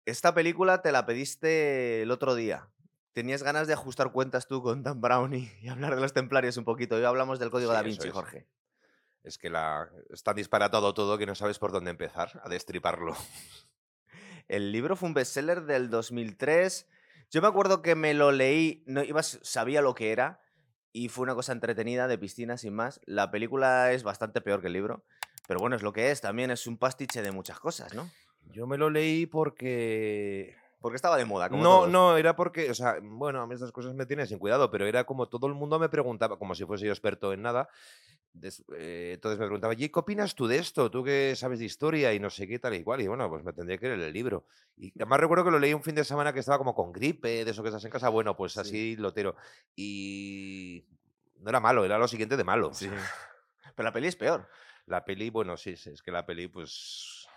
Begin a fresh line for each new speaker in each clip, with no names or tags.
Esta película te la pediste el otro día. Tenías ganas de ajustar cuentas tú con Dan Brown y hablar de los templarios un poquito. Hoy hablamos del Código
Sí,
Da
eso
Vinci,
es.
Jorge.
Es que es tan disparatado todo que no sabes por dónde empezar a destriparlo.
El libro fue un bestseller del 2003. Yo me acuerdo que me lo leí, no sabía lo que era y fue una cosa entretenida de piscina sin más. La película es bastante peor que el libro, pero bueno, es lo que es. También es un pastiche de muchas cosas, ¿no?
Yo me lo leí porque...
Porque estaba de moda, como
No,
todos.
no, era porque, o sea, bueno, a mí estas cosas me tienen sin cuidado, pero era como todo el mundo me preguntaba, como si fuese yo experto en nada, entonces me preguntaba, ¿y qué opinas tú de esto? Tú que sabes de historia y no sé qué, tal y cual, y bueno, pues me tendría que leer el libro. Y además recuerdo que lo leí un fin de semana que estaba como con gripe, de eso que estás en casa, bueno, pues
Sí,
así lotero. Y no era malo, era lo siguiente de malo. O sea,
sí. Pero la peli es peor.
la peli, bueno, sí, sí, es que la peli, pues.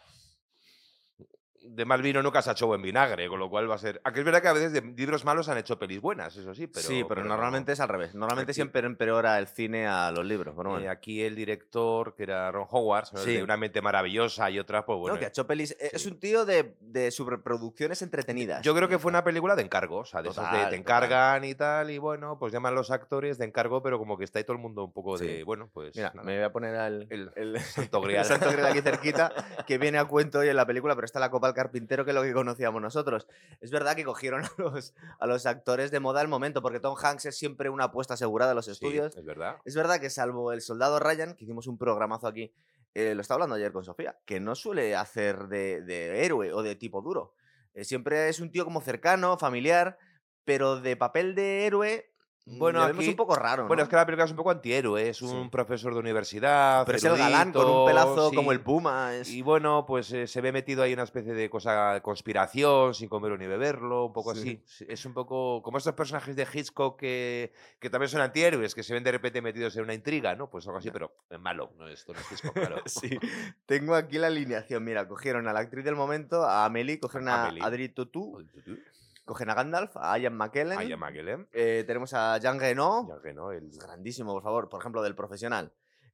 De mal vino nunca se ha hecho buen vinagre, con lo cual va a ser. Aunque es verdad que a veces de libros malos han hecho pelis buenas, eso sí,
Sí, pero
pero no.
normalmente es al revés. Normalmente
Aquí,
siempre empeora el cine a los libros, pero bueno.
aquí el director, que era Ron Howard, ¿no? El de
Sí.
Una mente maravillosa y otras, pues
No,
bueno,
que ha hecho pelis. Es
sí.
un tío de superproducciones
Yo
entretenidas.
creo
Y ya
que fue
está.
una película de encargo, o sea, de esas de te
Total, total.
encargan y tal, y bueno, pues llaman los actores de encargo, pero como que está ahí todo el mundo un poco
Sí.
de, bueno, pues
Mira,
nada,
me voy a poner
el,
el,
el Santo
el
Grial.
Santo Grial aquí cerquita, que viene a cuento hoy en la película, pero está la Copa al Carpintero, que es lo que conocíamos nosotros. Es verdad que cogieron a los actores de moda al momento, porque Tom Hanks es siempre una apuesta asegurada a los
Sí,
estudios.
es verdad.
Es verdad que salvo el Soldado Ryan, que hicimos un programazo aquí, lo estaba hablando ayer con Sofía, que no suele hacer de héroe o de tipo duro. Siempre es un tío como cercano, familiar, pero de papel de héroe
Bueno,
le vemos un
aquí,
poco raro,
bueno, es que
¿no?
la película es un poco antihéroe, es un
Sí.
profesor de universidad,
Pero es el galán con un
erudito,
pelazo como el
sí,
puma.
y bueno, pues se ve metido ahí una especie de cosa de conspiración, sin comerlo ni beberlo, un poco
Sí.
así. Sí, es un poco como estos personajes de Hitchcock que también son antihéroes, que se ven de repente metidos en una intriga, ¿no? Pues algo así,
Ya.
pero malo, no, esto no es Hitchcock, claro.
Sí. Tengo aquí la alineación. Mira, cogieron a la actriz del momento, a Amélie, cogieron a
Amelie,
Adri Tautou, cogen a Gandalf, a Ian
Aya
McKellen,
McKellen,
tenemos a Jean Reno,
ya que no,
es grandísimo, por favor, por ejemplo, del Profesional.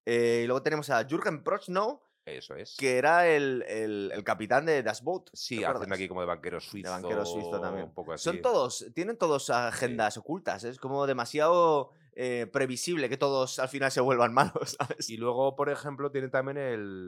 Y luego tenemos a Jürgen Prochnow,
eso es.
que era el capitán de Das Boot, ¿te
Sí, haciendo aquí
acuerdas?
como de banquero
De banquero suizo
suizo, un
también.
poco así.
Tienen todos
Sí.
agendas ocultas, es como demasiado previsible que todos al final se vuelvan malos,
Y
¿sabes?
luego, por ejemplo, tiene también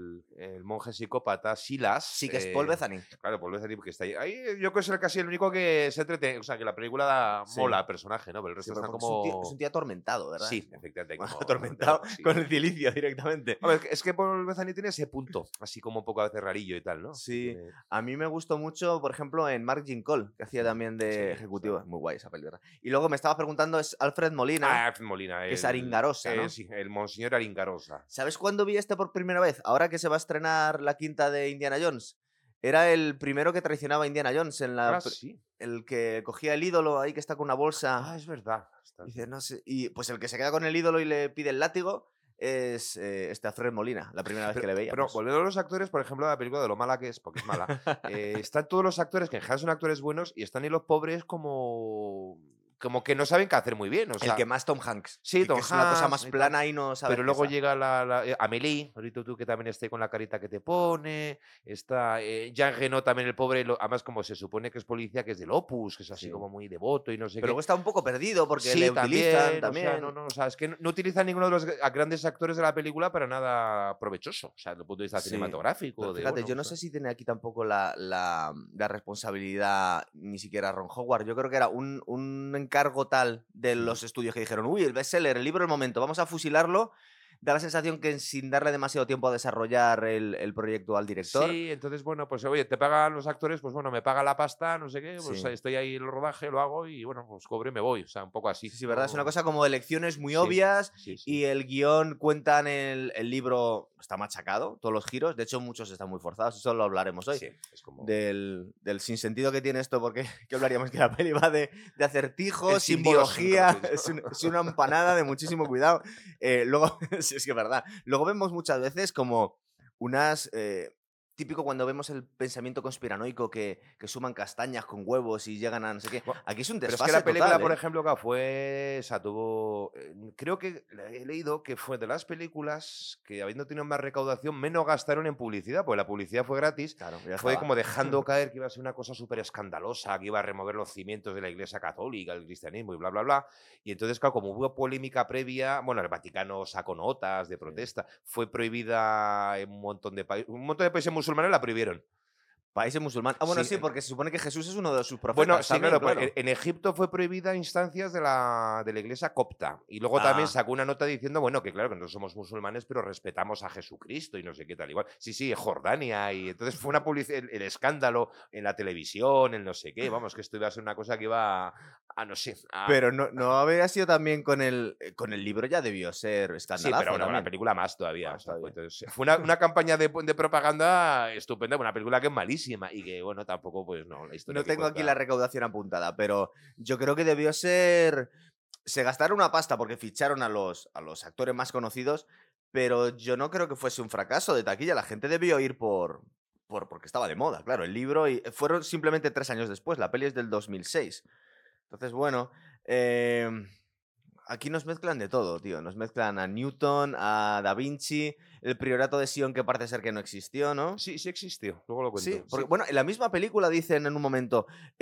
el monje psicópata Silas.
Sí, que es Paul Bettany.
Claro, por decir que está ahí. Ahí yo creo que es casi el único que se entretiene. O sea, que la película mola
Sí,
al personaje, ¿no? Pero el
sí,
resto
pero
están
porque es un tío
como.
atormentado, ¿verdad?
Sí, efectivamente,
Bueno,
como
atormentado
atormentado. Sí.
con el cilicio directamente.
A ver, es que Paul Bettany tiene ese punto, así como un poco a veces rarillo y tal, ¿no? Sí,
Sí,
tiene.
a mí me gustó mucho, por ejemplo, en Margin Call, que hacía
Ujú.
también de
Sí,
ejecutivo. Es muy guay esa peli, ¿verdad? Y luego me estaba preguntando, es Alfred Molina,
Ah, Molina,
que es Aringarosa, ¿no?
sí, el Monseñor Aringarosa.
¿Sabes cuándo vi este por primera vez? Ahora que se va a estrenar la quinta de Indiana Jones. Era el primero que traicionaba a Indiana Jones
Ah, sí.
el que cogía el ídolo ahí que está con una bolsa.
Ah, es verdad.
Y
Ostras,
dice, no sé. Y pues el que se queda con el ídolo y le pide el látigo es este Alfred Molina, la primera vez que le
Pero
veíamos.
volviendo a los actores, por ejemplo, la película de lo mala que es, porque es mala, están todos los actores que en general son actores buenos y están ahí los pobres como que no saben qué hacer muy bien. O
El que
sea,
más Tom Hanks,
sí,
que
Tom
es la cosa
Hanks
más
y tal.
plana y no sabes
Pero
qué
luego
está.
llega Amélie, ahorita tú que también esté con la carita que te pone. Está Jean Reno también, el pobre. Además, como se supone que es policía, que es del Opus, que es así
Sí.
como muy devoto y no sé
Pero luego
qué.
está un poco perdido porque le
Sí,
utilizan
también, o sea, no,
también.
no, o sea, es que no utilizan ninguno de los grandes actores de la película para nada provechoso, o sea, desde el punto de vista
Sí. Pero
cinematográfico, de
fíjate,
bueno,
yo
o
no
sea,
sé si tiene aquí tampoco la responsabilidad ni siquiera Ron Howard. Yo creo que era un encargo tal de
ujú.
los estudios que dijeron, uy, el bestseller, el libro del momento, vamos a fusilarlo. Da la sensación que sin darle demasiado tiempo a desarrollar el proyecto al director.
Sí, entonces, bueno, pues oye, te pagan los actores, pues bueno, me paga la pasta, no sé qué, pues
Sí.
estoy ahí en el rodaje, lo hago y bueno, pues cobro y me voy, o sea, un poco
Sí,
así,
sí, ¿verdad? Es una
no,
cosa como elecciones muy
sí,
obvias
sí, sí,
y el guión cuentan el libro, está machacado, todos los giros, de hecho muchos están muy forzados, eso lo hablaremos hoy.
sí, es como
Del sinsentido que tiene esto, porque ¿qué hablaríamos? Que la peli va de
el
acertijos,
sin Dios, mejor
simbología,
dicho.
es una empanada de muchísimo cuidado. Luego, sí, es que es verdad, luego vemos muchas veces como unas típico cuando vemos el pensamiento conspiranoico que suman castañas con huevos y llegan a no sé qué.
Bueno,
Aquí es un
pero es que
desfase
la película,
total,
por
¿eh?
ejemplo, que fue, o sea, tuvo, creo que he leído que fue de las películas que, habiendo tenido más recaudación, menos gastaron en publicidad, porque la publicidad fue gratis,
Claro, ya
fue
estaba.
como dejando caer que iba a ser una cosa súper escandalosa, que iba a remover los cimientos de la Iglesia Católica, el cristianismo y bla, bla, bla. Y entonces, claro, como hubo polémica previa, bueno, el Vaticano sacó notas de
Sí.
protesta, fue prohibida en un montón de países musulmanes la prohibieron.
Países musulmanes. Ah, bueno,
Sí,
sí, porque se supone que Jesús es uno de sus
bueno,
profetas
sí,
también,
claro, pues
claro.
en Egipto fue prohibida a instancias de la iglesia copta. Y luego también
Ah,
sacó una nota diciendo, bueno, que claro, que no somos musulmanes, pero respetamos a Jesucristo y no sé qué tal igual. Sí, sí, Jordania. Y entonces fue una publicidad, el escándalo en la televisión, el no sé qué. Vamos, que esto iba a ser una cosa que iba a no sé,
pero no habría sido también con el libro, ya debió ser
sí, pero
escandalazo
bueno, la
también.
película más todavía. O
Más
sea, fue,
todavía.
entonces, fue una campaña de propaganda estupenda, una película que es malísima y que, bueno, tampoco, pues no, la historia
No
que
tengo aquí la
cuenta.
recaudación apuntada, pero yo creo que debió ser. Se gastaron una pasta porque ficharon a los actores más conocidos, pero yo no creo que fuese un fracaso de taquilla. La gente debió ir porque estaba de moda, claro, el libro. Y fueron simplemente 3 años después. La peli es del 2006. Entonces, bueno, aquí nos mezclan de todo, tío. Nos mezclan a Newton, a Da Vinci, el priorato de Sion que parece ser que no existió, ¿no?
Sí, sí existió, luego lo
Sí,
cuento.
porque,
Sí.
bueno, en la misma película dicen en un momento,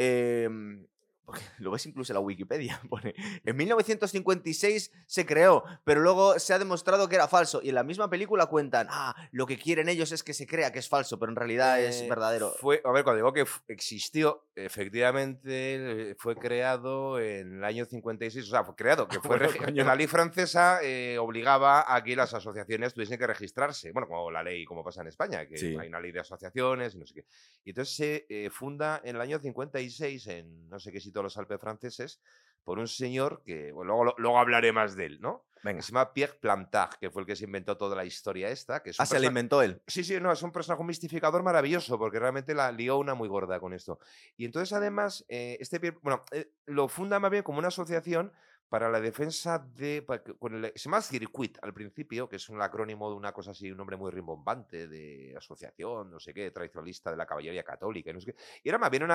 porque lo ves incluso en la Wikipedia, pone, en 1956 se creó, pero luego se ha demostrado que era falso. Y en la misma película cuentan, lo que quieren ellos es que se crea que es falso, pero en realidad es verdadero.
Fue, a ver, cuando digo que existió, efectivamente fue creado en el año 56, o sea, fue creado, que fue
Bueno, coño.
la ley francesa obligaba a que las asociaciones tuviesen que registrarse, bueno, como la ley, como pasa en España, que
Sí.
hay una ley de asociaciones y no sé qué. Y entonces se funda en el año 56 en no sé qué sitio de los Alpes franceses por un señor que, bueno, luego hablaré más de él, ¿no? Que
Venga.
se llama Pierre Plantard, que fue el que se inventó toda la historia esta, que es un
Se la
personaje.
inventó él.
Sí, sí, no, es un personaje un mistificador maravilloso, porque realmente la lió una muy gorda con esto. Y entonces, además, bueno, lo funda más bien como una asociación para la defensa se llama Circuit al principio, que es un acrónimo de una cosa así, un nombre muy rimbombante, de asociación, no sé qué, tradicionalista de la caballería católica, y no sé qué. Y era más bien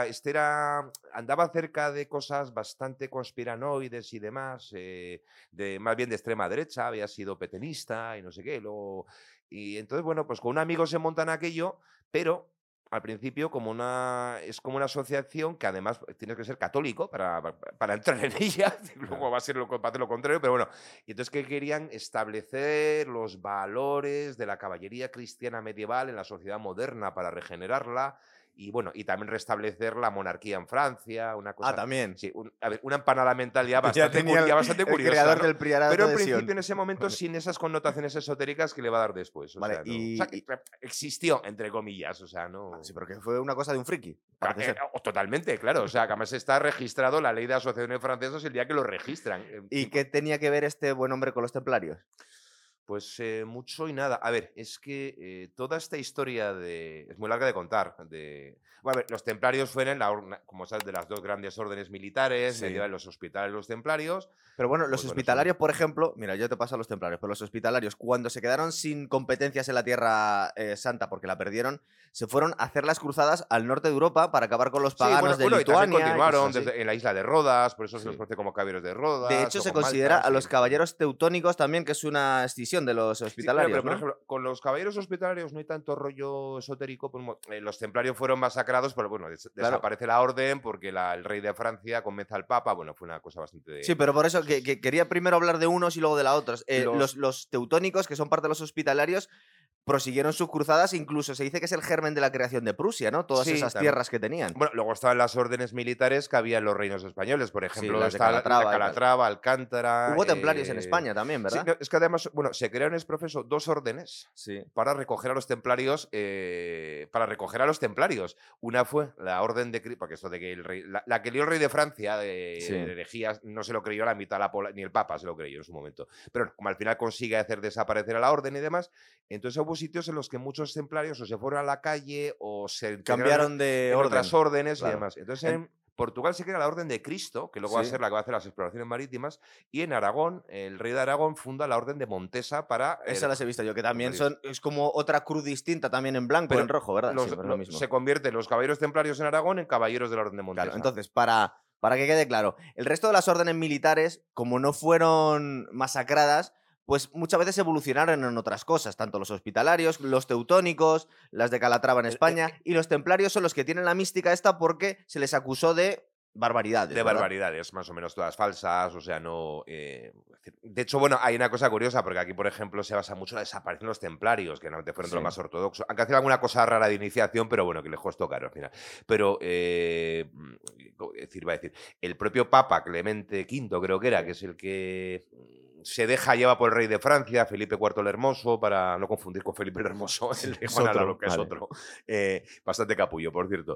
andaba cerca de cosas bastante conspiranoides y demás, más bien de extrema derecha, había sido petenista y no sé qué, luego y entonces, bueno, pues con un amigo se montan aquello, pero al principio es como una asociación que además tienes que ser católico para entrar en ella, luego
Claro.
va a ser va a hacer lo contrario, pero bueno. Y entonces que querían establecer los valores de la caballería cristiana medieval en la sociedad moderna para regenerarla y bueno, y también restablecer la monarquía en Francia, una cosa,
También.
sí, a ver, una empanada mental ya
Ya
bastante,
tenía
ya bastante
el
curiosa,
creador
¿no?
del
Pero
priorato
en
de Sion.
principio en ese momento
Vale.
sin esas connotaciones esotéricas que le va a dar después. O
Vale,
sea, no. O sea, que existió, entre comillas. O sea, no.
sí, pero que fue una cosa de un friki, parece ser.
Totalmente, claro. O sea, que además está registrado la ley de asociaciones francesas el día que lo registran.
¿Y qué tenía que ver este buen hombre con los templarios?
Pues mucho y nada. A ver, es que toda esta historia es muy larga de contar. Bueno, a ver, los templarios fueron, como sabes, de las dos grandes órdenes militares,
Sí.
medievales, los hospitales y los templarios.
Pero bueno, los
Pues bueno, son.
hospitalarios, por ejemplo, mira, yo te paso a los templarios, pero los hospitalarios, cuando se quedaron sin competencias en la Tierra Santa porque la perdieron, se fueron a hacer las cruzadas al norte de Europa para acabar con los
Sí,
paganos de
bueno, y también
Lituania y cosas
continuaron
así.
en la isla de Rodas, por eso se los
Sí.
conoce como caballeros de
De
Rodas,
hecho, se
luego en
considera
Malta,
a
sí.
los caballeros teutónicos también, que es una escisión de los
Sí, pero,
hospitalarios,
por
¿no?
ejemplo, con los caballeros hospitalarios no hay tanto rollo esotérico. Pues, los templarios fueron masacrados, pero bueno,
Claro.
desaparece la orden porque el rey de Francia convence al Papa. Bueno, fue una cosa
Sí,
bastante.
pero por eso
Pues,
que quería primero hablar de unos y luego de la otros.
los,
Los teutónicos, que son parte de los hospitalarios, prosiguieron sus cruzadas, incluso se dice que es el germen de la creación de Prusia, ¿no? Todas
sí,
esas
también.
tierras que tenían.
Bueno, luego estaban las órdenes militares que había en los reinos españoles. Por
Sí,
ejemplo,
las de
está la
Calatrava y tal.
Calatrava, Alcántara.
Hubo templarios en España también,
Sí,
¿verdad?
no, es que además, bueno, se crearon es profeso dos órdenes
Sí,
para recoger a los templarios, Una fue la orden de porque esto de que el rey, la que lió el rey de Francia de
sí.
herejías no se lo creyó la mitad ni el Papa se lo creyó en su momento. Pero bueno, como al final consigue hacer desaparecer a la orden y demás, entonces hubo sitios en los que muchos templarios o se fueron a la calle o se integraron
Cambiaron de
en
orden,
otras órdenes y
claro.
demás. Entonces, Portugal se crea la Orden de Cristo, que luego va a
Sí.
ser la que va a hacer las exploraciones marítimas, y en Aragón, el rey de Aragón funda la Orden de Montesa para
Esas las he visto yo, que también
templarios.
es como otra cruz distinta también en blanco,
Pero
en rojo, ¿verdad? Sí, pero es lo
se
mismo.
convierten los caballeros templarios en Aragón en caballeros de la Orden de
Claro,
Montesa.
entonces, para que quede claro, el resto de las órdenes militares, como no fueron masacradas, pues muchas veces evolucionaron en otras cosas, tanto los hospitalarios, los teutónicos, las de Calatrava en España, y los templarios son los que tienen la mística esta porque se les acusó de barbaridades,
De
¿verdad?
barbaridades, más o menos todas falsas, o sea, no... de hecho, bueno, hay una cosa curiosa, porque aquí, por ejemplo, se basa mucho en la desaparición de los templarios, que normalmente fueron de lo
Sí.
más ortodoxo, aunque hacían alguna cosa rara de iniciación, pero bueno, que les costó caro al final. Pero, iba a decir, el propio Papa Clemente V, creo que era, que es el que se deja llevar por el rey de Francia, Felipe IV el Hermoso, para no confundir con Felipe el Hermoso, el de
Es
Juana la
otro,
Loca, es
vale.
otro. Bastante capullo, por cierto.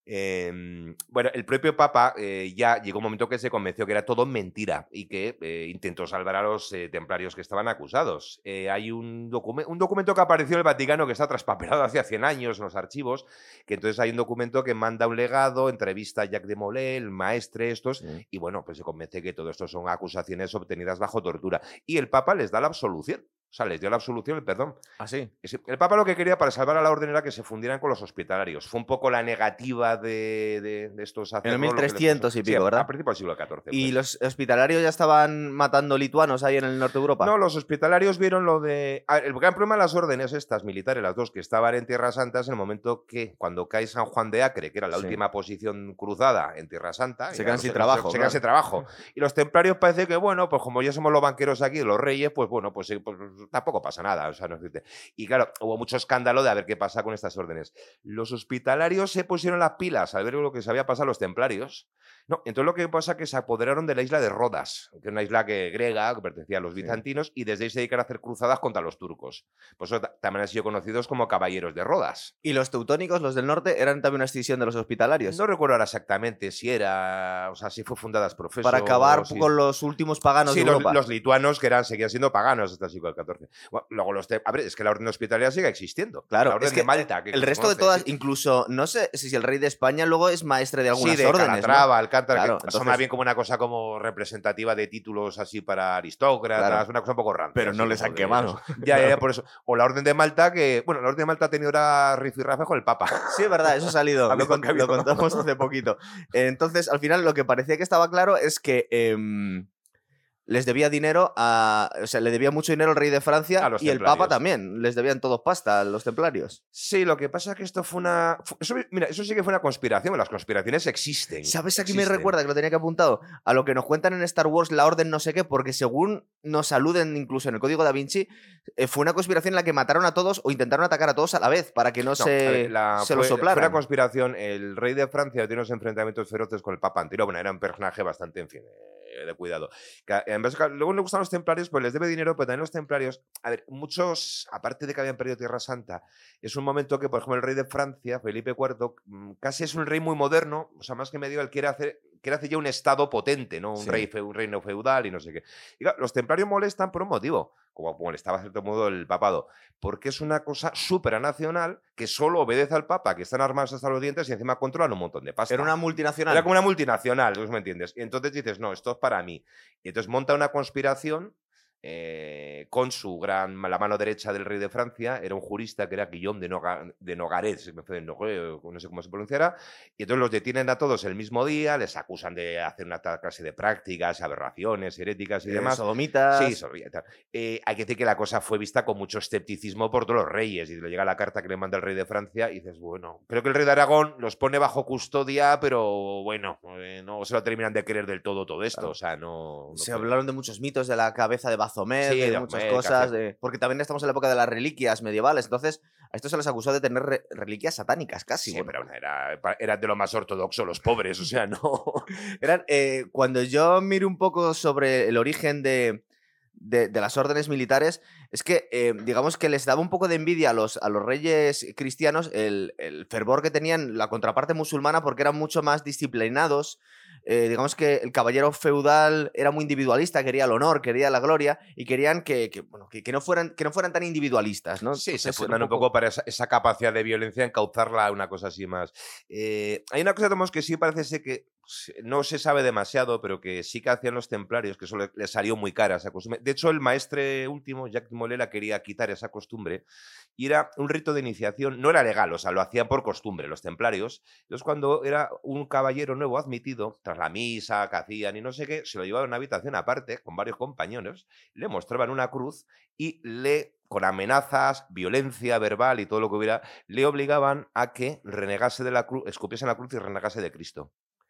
Bueno, el propio Papa ya llegó un momento que se convenció que era todo mentira y que intentó salvar a los templarios que estaban acusados. Hay un documento que apareció en el Vaticano que está traspapelado hace 100 años en los archivos, que entonces hay un documento que manda un legado, entrevista a Jacques de Molay, el maestre estos,
Sí.
y bueno, pues se convence que todo esto son acusaciones obtenidas bajo tortura. Y el Papa les da la absolución. O sea, les dio la absolución, el perdón.
¿Ah, sí?
El Papa lo que quería para salvar a la orden era que se fundieran con los hospitalarios. Fue un poco la negativa de estos
En el
hacerlo lo que les pasó.
1300 y
Sí,
pico,
a
¿verdad?
principios del siglo XIV.
¿Y
Pues.
los hospitalarios ya estaban matando lituanos ahí en el norte de Europa?
No, los hospitalarios vieron lo de... A ver, el gran problema de las órdenes estas militares, las dos que estaban en Tierra Santa, es en el momento que cuando cae San Juan de Acre, que era la
Sí.
última posición cruzada en Tierra Santa...
Se
ya
quedan sin trabajo,
Se quedan
claro.
sin trabajo. Y los templarios parece que, bueno, pues como ya somos los banqueros aquí, los reyes, pues bueno, pues tampoco pasa nada. O sea, no existe. Y claro, hubo mucho escándalo de a ver qué pasa con estas órdenes. Los hospitalarios se pusieron las pilas al ver lo que se había pasado a los templarios. No, entonces lo que pasa es que se apoderaron de la isla de Rodas, que es una isla griega que pertenecía a los
Sí.
bizantinos, y desde ahí se dedican a hacer cruzadas contra los turcos. Por eso también han sido conocidos como caballeros de Rodas.
¿Y los teutónicos, los del norte, eran también una escisión de los hospitalarios?
No recuerdo ahora exactamente si era, o sea, si fue fundada por Profeso.
Para acabar
si...
con los últimos paganos
Sí,
de Europa.
los lituanos que seguían siendo paganos hasta el siglo XIV. Bueno, luego a ver, es que la orden hospitalaria sigue existiendo.
Claro,
La orden
es que
de Malta. Que
el
se
resto de
conoce,
todas,
sí.
incluso, no sé si el rey de España luego es maestre de algunas
Sí, de
órdenes,
Calatrava,
¿no?
Alcántara,
Claro,
que
entonces,
son más bien como una cosa como representativa de títulos así para aristócratas,
claro,
una cosa un poco rancia.
pero
así
no les
como
han
de
quemado.
eso. Ya, por eso. O la Orden de Malta, que, bueno, la Orden de Malta ha tenido ahora rifirrafe con el Papa.
Sí, es verdad, eso ha salido,
Ha habido-
lo contamos hace poquito. Entonces, al final, lo que parecía que estaba claro es que les debía dinero o sea, le debía mucho dinero al rey de Francia
A los
y el Papa
templarios.
también. Les debían todos pasta a los templarios.
Sí, lo que pasa es que esto fue una... Mira, eso sí que fue una conspiración. Las conspiraciones existen.
¿Sabes? Aquí me
existen.
recuerda, que lo tenía que apuntado, a lo que nos cuentan en Star Wars, la Orden no sé qué, porque según nos aluden incluso en el Código Da Vinci, fue una conspiración en la que mataron a todos o intentaron atacar a todos a la vez para que no,
No,
se,
a ver,
se lo
fue
soplaran.
una conspiración. El rey de Francia tiene unos enfrentamientos feroces con el Papa anterior. Bueno, era un personaje bastante, en fin, de cuidado. Luego le gustan los templarios, pues les debe dinero, pero también los templarios... A ver, muchos, aparte de que habían perdido Tierra Santa, es un momento que, por ejemplo, el rey de Francia, Felipe IV, casi es un rey muy moderno, o sea, más que medio, él quiere hacer ya un estado potente, ¿no? Un reino feudal y no sé qué. Y claro, los templarios molestan por un motivo, como molestaba a cierto modo el papado, porque es una cosa supranacional que solo obedece al papa, que están armados hasta los dientes y encima controlan un montón de pasta.
Era una multinacional.
Era como una multinacional, ¿tú me entiendes? Y entonces dices, no, esto es para mí. Y entonces monta una conspiración con la mano derecha del rey de Francia, era un jurista que era Guillaume de Nogaret, no sé cómo se pronunciara, y entonces los detienen a todos el mismo día, les acusan de hacer una clase de prácticas, aberraciones, heréticas y demás.
Sodomitas.
Sí, sodomita. Hay que decir que la cosa fue vista con mucho escepticismo por todos los reyes, y le llega la carta que le manda el rey de Francia y dices, bueno, creo que el rey de Aragón los pone bajo custodia, pero bueno, no se lo terminan de querer del todo esto,
Claro.
o sea, no
se
puede.
hablaron de muchos mitos, de la cabeza de Baphomet,
Sí,
de
de
muchas
Baphomet,
cosas, porque también estamos en la época de las reliquias medievales, entonces a esto se les acusó de tener reliquias satánicas casi.
Sí,
bueno.
pero eran de lo más ortodoxo los pobres, o sea, no...
Eran, cuando yo miro un poco sobre el origen de las órdenes militares, es que digamos que les daba un poco de envidia a los reyes cristianos el fervor que tenían la contraparte musulmana, porque eran mucho más disciplinados, digamos que el caballero feudal era muy individualista, quería el honor, quería la gloria y querían que no fueran tan individualistas, ¿no?
Sí, se
Entonces era
fundan un poco para esa capacidad de violencia, encauzarla a una cosa así más. Hay una cosa, Tomás, que sí parece ser que no se sabe demasiado, pero que sí que hacían los templarios, que eso le salió muy cara esa costumbre. De hecho, el maestre último, Jacques Molela, quería quitar esa costumbre y era un rito de iniciación, no era legal, o sea, lo hacían por costumbre los templarios. Entonces, cuando era un caballero nuevo admitido, tras la misa que hacían y no sé qué, se lo llevaban a una habitación aparte con varios compañeros, le mostraban una cruz y con amenazas, violencia verbal y todo lo que hubiera, le obligaban a que renegase de la cruz, escupiese en la cruz y renegase de Cristo.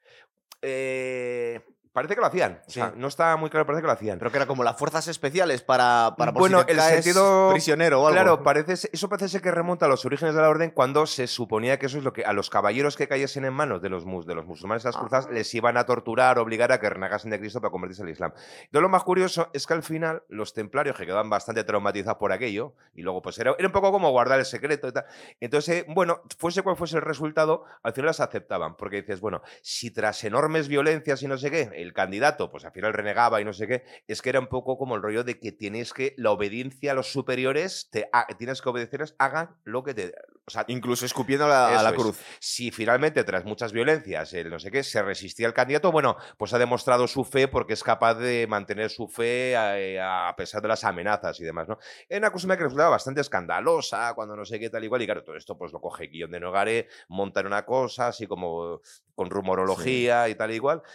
Parece que lo hacían. O sea,
Sí.
no está muy claro, parece que lo hacían.
Pero que era como las fuerzas especiales para por
Bueno,
si te
el
caes
sentido
prisionero o algo.
Claro, eso parece ser que remonta a los orígenes de la orden, cuando se suponía que eso es lo que a los caballeros que cayesen en manos de los musulmanes de las cruzadas les iban a torturar, obligar a que renegasen de Cristo para convertirse al Islam. Entonces, lo más curioso es que al final los templarios, que quedaban bastante traumatizados por aquello, y luego pues era un poco como guardar el secreto y tal. Entonces, bueno, fuese cual fuese el resultado, al final las aceptaban, porque dices, bueno, si tras enormes violencias y no sé qué, el candidato pues al final renegaba y no sé qué, es que era un poco como el rollo de que tienes que la obediencia a los superiores, tienes que obedecerles, hagan lo que te... O sea,
incluso escupiendo a la cruz.
Si finalmente, tras muchas violencias, no sé qué, se resistía el candidato, bueno, pues ha demostrado su fe porque es capaz de mantener su fe a pesar de las amenazas y demás, ¿no? Es una costumbre que resultaba bastante escandalosa cuando no sé qué tal igual, y claro, todo esto pues lo coge Guillón de Nogaret, monta en una cosa así como con rumorología y tal y igual,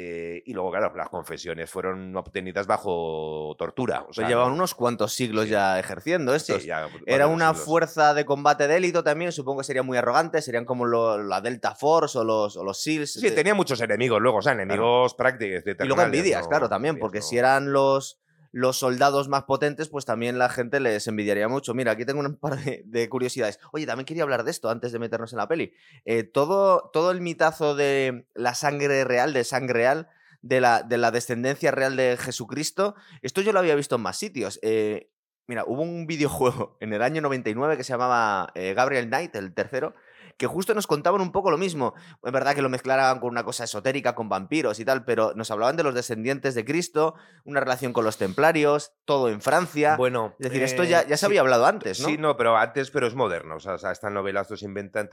y luego, claro, las confesiones fueron obtenidas bajo tortura. O sea,
pues llevaban unos cuantos siglos ya ejerciendo estos.
Sí, ya,
Era una
siglos.
fuerza de combate de élite también, supongo que serían muy arrogantes, serían como la Delta Force o los SEALs.
Sí, tenía muchos enemigos luego, o sea, enemigos prácticos.
Y luego envidias, claro, también, porque si eran los soldados más potentes, pues también la gente les envidiaría mucho. Mira, aquí tengo un par de curiosidades. Oye, también quería hablar de esto antes de meternos en la peli. Todo el mitazo de la sangre real, de sangre real, de la descendencia real de Jesucristo, esto yo lo había visto en más sitios. Mira, hubo un videojuego en el año 99 que se llamaba Gabriel Knight, el tercero, que justo nos contaban un poco lo mismo. Es verdad que lo mezclaban con una cosa esotérica, con vampiros y tal, pero nos hablaban de los descendientes de Cristo, una relación con los templarios, todo en Francia.
Bueno,
es decir, esto ya se había hablado antes, ¿no?
Sí, no, pero antes, pero es moderno. O sea, estas novelas se inventan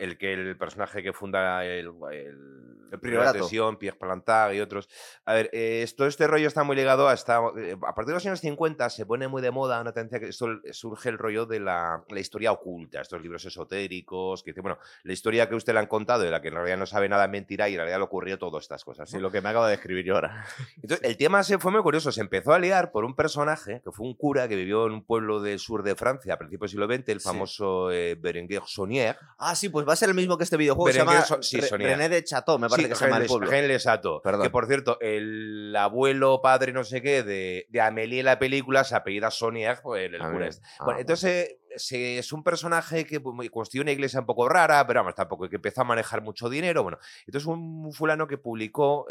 el personaje que funda el
priorato.
de Sion, Pierre Plantard y otros. A ver, todo este rollo está muy ligado a partir de los años 50 se pone muy de moda una tendencia que surge el rollo de la historia oculta, estos libros esotéricos, que dice, bueno, la historia que usted le han contado, de la que en realidad no sabe nada, mentira, y en realidad le ocurrió todas estas cosas, ¿no?
Sí, lo que me acabo de escribir yo ahora.
Entonces, el tema fue muy curioso. Se empezó a liar por un personaje que fue un cura que vivió en un pueblo del sur de Francia a principios del siglo XX, el famoso Berenguer Saunier.
Ah, sí, pues va a ser el mismo que este videojuego. Se llama René de Chateau, me parece que se llama el pueblo.
René de Chateau. Que, por cierto, el abuelo, padre, no sé qué, de Amélie en la película se apellida Saunier, pues el cura este. Bueno, entonces es un personaje que construyó una iglesia un poco rara, pero vamos, tampoco, que empezó a manejar mucho dinero. Bueno, entonces un fulano que publicó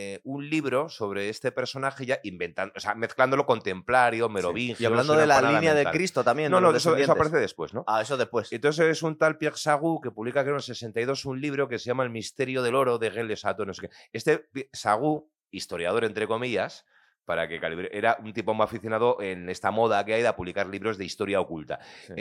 un libro sobre este personaje ya inventando, o sea, mezclándolo con templario, merovingio.
Y hablando de la línea de Cristo también.
No, eso aparece después, ¿no?
Ah, eso después.
Entonces es un tal Pierre Sagou que publica, creo, en el 62 un libro que se llama El misterio del oro de René de Chateau, no sé qué. Este Sagou, historiador entre comillas, para que era un tipo muy aficionado en esta moda que hay de publicar libros de historia oculta. Sí.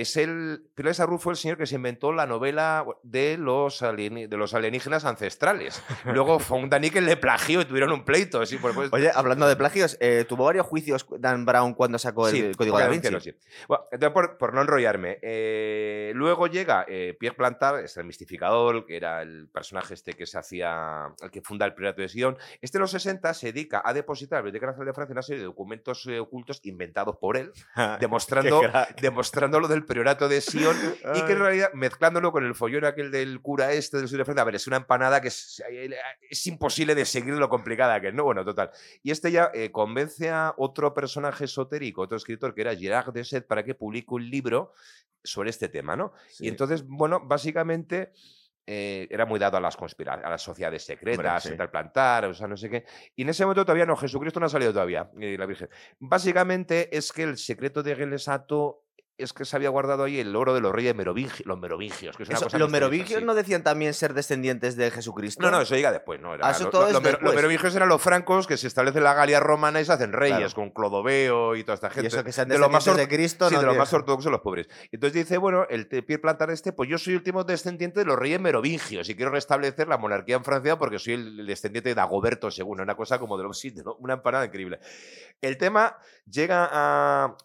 Pierre Sagou fue el señor que se inventó la novela de los alienígenas ancestrales. Luego fue un Dani que le plagió y tuvieron un pleito. ¿Sí?
Oye, hablando de plagios, tuvo varios juicios Dan Brown cuando sacó el Código Da Vinci.
Sí. Bueno, entonces, por no enrollarme, luego llega Pierre Plantard, el mistificador, que era el personaje que se hacía, el que funda el Priorato de Sion. En los 60 se dedica a depositar Nacional de Francia una serie de documentos ocultos inventados por él, demostrando lo del priorato de Sion y que en realidad, mezclándolo con el follón aquel del cura del sur de Francia, a ver, es una empanada que es imposible de seguir lo complicada que es, ¿no? Bueno, total. Y ya convence a otro personaje esotérico, otro escritor, que era Gerard de Sèvres, para que publique un libro sobre este tema, ¿no? Sí. Y entonces, bueno, básicamente... era muy dado a las sociedades secretas, sí. Plantar, o sea, no sé qué. Y en ese momento todavía no, Jesucristo no ha salido todavía, la Virgen. Básicamente es que el secreto de René de Chateau es que se había guardado ahí el oro de los reyes los merovingios, que es una cosa
¿Los
misteriosa,
merovingios
sí.
no decían también ser descendientes de
No,
Jesucristo?
eso llega después, ¿no? Era,
Eso todo es
los
después.
merovingios eran los francos que se establecen la Galia romana y se hacen reyes,
Claro.
con Clodoveo y toda esta
Y
gente.
eso que sean
de los más
descendientes de Cristo,
sí,
no
de los
tiene-
más ortodoxos, los pobres. Entonces dice, bueno, el pie plantar pues yo soy el último descendiente de los reyes merovingios y quiero restablecer la monarquía en Francia porque soy el descendiente de Dagoberto II, una cosa como de los sitios, ¿no? Una empanada increíble. El tema llega a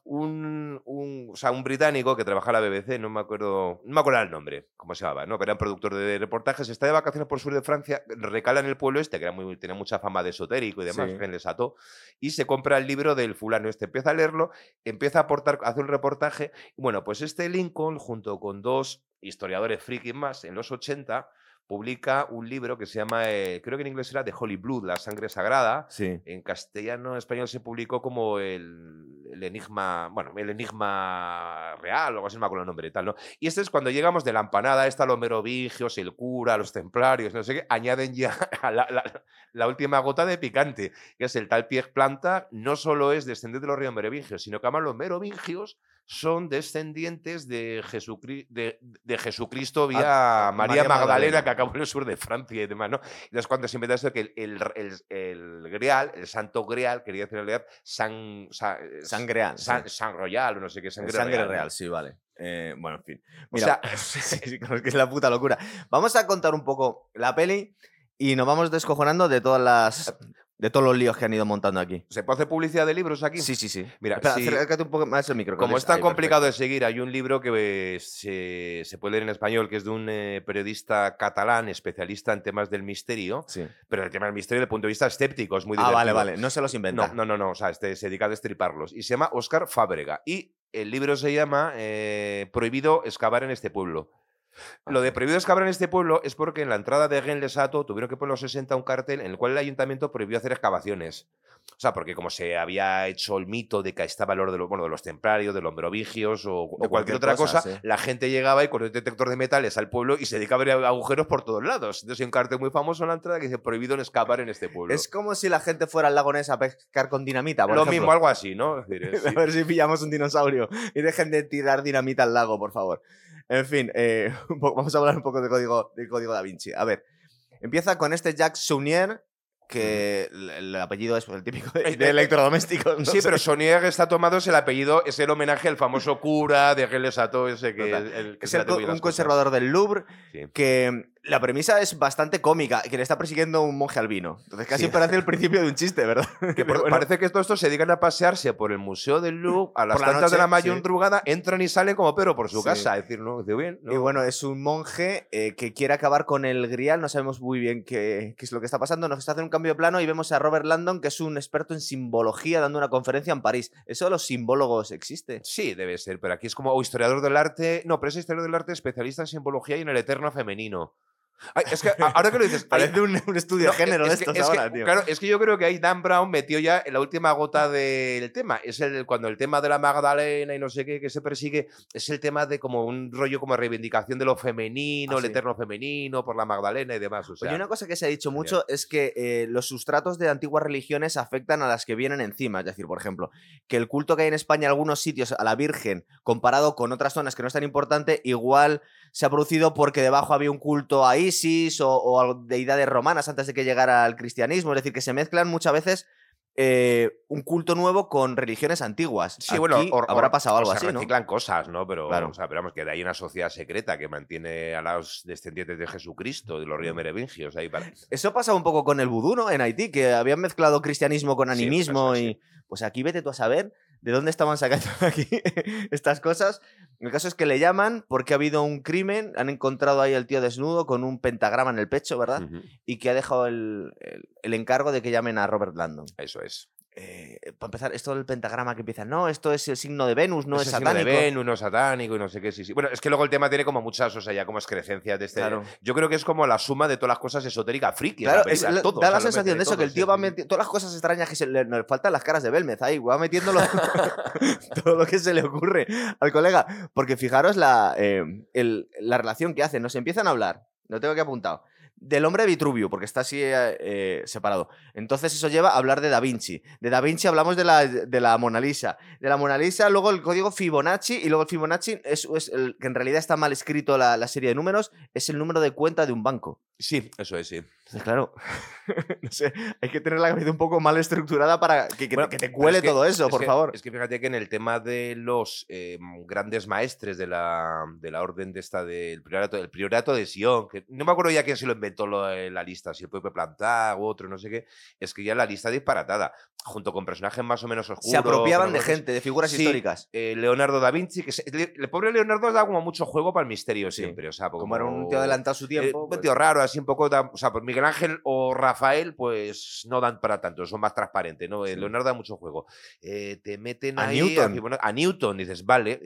o sea, un británico que trabaja en la BBC, no me acuerdo el nombre, cómo se llamaba, ¿no? Pero era un productor de reportajes, está de vacaciones por el sur de Francia, recala en el pueblo este, que tenía mucha fama de esotérico y demás,
Sí.
que les ató, y se compra el libro del fulano este, empieza a leerlo, empieza a aportar, hace un reportaje, y bueno, pues este Lincoln, junto con dos historiadores frikis más, en los 80, publica un libro que se llama, creo que en inglés era The Holy Blood, la sangre sagrada.
Sí.
En castellano, en español se publicó como el enigma, bueno, el enigma real, o algo así, no me acuerdo el nombre y tal, ¿no? Y este es cuando llegamos de la empanada esta, los merovingios, el cura, los templarios, no sé qué, añaden ya a la última gota de picante, que es el tal pie planta, no solo es descendiente de los ríos merovingios, sino que además los merovingios son descendientes de Jesucristo vía María Magdalena, que acabó en el sur de Francia y demás, ¿no? Entonces, cuando se inventa esto, que el Grial, el Santo Grial, quería decir en realidad,
Sangreal.
San Royal, o no sé qué,
Sangre real, sí, vale. Bueno, en fin.
O
Mira,
sea,
sí, claro, que es la puta locura. Vamos a contar un poco la peli y nos vamos descojonando de todos los líos que han ido montando aquí.
¿se puede hacer publicidad de libros aquí?
Sí, sí, sí.
Mira,
Espera,
si-
acércate un poco más el micro.
Como
que
es tan
ahí,
complicado de
perfecto.
seguir, hay un libro que se puede leer en español, que es de un periodista catalán especialista en temas del misterio,
Sí.
pero el tema del misterio desde el punto de vista escéptico, es muy
Ah,
divertido.
vale. No se los inventa.
No, o sea, se dedica a destriparlos. Y se llama Óscar Fábrega. Y el libro se llama Prohibido excavar en este pueblo. Lo de prohibido excavar en este pueblo es porque en la entrada de Genlesato tuvieron que poner los 60 un cartel en el cual el ayuntamiento prohibió hacer excavaciones. O sea, porque como se había hecho el mito de que estaba el oro de los templarios, de los merovingios o de cualquier otra cosa,
sí.
la gente llegaba y con el detector de metales al pueblo y se dedicaba a ver agujeros por todos lados. Entonces hay un cartel muy famoso en la entrada que dice prohibido excavar en este pueblo.
Es como si la gente fuera al lago Ness a pescar con dinamita, por
Lo
ejemplo.
mismo, algo así, ¿no? Es decir,
A
sí.
ver si pillamos un dinosaurio y dejen de tirar dinamita al lago, por favor. En fin, vamos a hablar un poco del código Da Vinci. A ver, empieza con este Jacques Saunier, que el apellido es el típico de electrodomésticos. ¿no?
Sí, pero Saunier está tomado, es el apellido, es el homenaje al famoso cura de Genlesato, ese que,
Total.
que
Es
se le atribuye
un
las cosas.
conservador del Louvre
Sí.
que la premisa es bastante cómica, que le está persiguiendo un monje albino. Entonces casi
Sí.
parece el principio de un chiste, ¿verdad?
Que
Pero bueno,
parece que todos estos se dedican a pasearse por el Museo del Louvre a las
Por la
tantas de la
noche, sí.
madrugada, entran y salen como Pedro por su
Sí.
casa. Es decir, ¿no? Dice, bien, ¿no?
Y bueno, es un monje que quiere acabar con el Grial, no sabemos muy bien qué es lo que está pasando, nos está haciendo un cambio de plano y vemos a Robert Landon, que es un experto en simbología, dando una conferencia en París. ¿Eso de los simbólogos existe?
Sí, debe ser, pero aquí es como historiador del arte. No, pero es historiador del arte especialista en simbología y en el eterno femenino. Ay, es que ahora que lo dices,
Parece un estudio
no,
de género de
es que-
estos
es que,
ahora, tío.
Claro, es que yo creo que ahí Dan Brown metió ya en la última gota del tema. Es cuando el tema de la Magdalena y no sé qué que se persigue, es el tema de como un rollo como reivindicación de lo femenino,
Ah,
el
sí.
eterno femenino, por la Magdalena y demás. O sea,
Oye, una cosa que se ha dicho
genial.
mucho es que los sustratos de antiguas religiones afectan a las que vienen encima. Es decir, por ejemplo, que el culto que hay en España en algunos sitios a la Virgen, comparado con otras zonas que no es tan importante, igual se ha producido porque debajo había un culto a Isis o a deidades romanas antes de que llegara el cristianismo. Es decir, que se mezclan muchas veces un culto nuevo con religiones antiguas.
Sí, bueno,
Aquí habrá pasado algo
se
así, ¿no?
reciclan cosas, ¿no? Pero,
Claro.
o sea, pero vamos, que hay una sociedad secreta que mantiene a los descendientes de Jesucristo, de los ríos merovingios, ahí para...
Eso pasaba un poco con el vudú, ¿no? En Haití, que habían mezclado cristianismo con
Sí,
animismo
eso,
y...
sí.
Pues aquí vete tú a saber de dónde estaban sacando aquí estas cosas. El caso es que le llaman porque ha habido un crimen, han encontrado ahí al tío desnudo con un pentagrama en el pecho, ¿verdad?
Ujú.
Y que ha dejado el encargo de que llamen a Robert Landon.
Eso es.
Para empezar, esto del pentagrama que empieza, no, esto es el signo de Venus, no es
Ese signo de
satánico.
Venus, no satánico y no sé qué, sí, sí. Bueno, es que luego el tema tiene como muchas, o sea, ya como es creencias de este...
Claro.
Yo creo que es como la suma de todas las cosas esotéricas frikis.
Claro,
la película, todo,
da
o sea,
la
lo
sensación
meten
de eso, que el
todo,
tío
sí,
va
sí.
metiendo todas las cosas extrañas que nos faltan las caras de Belmez ahí, va metiéndolo todo lo que se le ocurre al colega. Porque fijaros la relación que hacen, nos empiezan a hablar, lo tengo aquí apuntado, del hombre de Vitruvio, porque está así separado. Entonces eso lleva a hablar de Da Vinci. De Da Vinci hablamos de la Mona Lisa. De la Mona Lisa, luego el código Fibonacci, y luego el Fibonacci es el que en realidad está mal escrito la serie de números, es el número de cuenta de un banco.
Sí, eso es, sí.
Entonces, claro, no sé, hay que tener la cabeza un poco mal estructurada para que
Bueno,
te
pero
cuele
es que,
todo eso, por favor.
Es que fíjate que en el tema de los grandes maestres de la orden de esta del el priorato de Sion, que no me acuerdo ya quién se lo inventó la lista, si el Pepe Plantá u otro, no sé qué, es que ya la lista disparatada, junto con personajes más o menos oscuros.
Se apropiaban de
con cosas-
gente, de figuras
Sí,
históricas.
Leonardo da Vinci, que el pobre Leonardo da como mucho juego para el misterio
Sí.
siempre, o sea,
Como era un tío adelantado a su tiempo.
un
Pues,
tío raro, así un poco, o sea, pues Miguel Ángel o Rafael, pues no dan para tanto, son más transparentes, ¿no?
sí.
Leonardo da mucho juego. Te meten
A
ahí
Newton.
A Newton, dices, vale,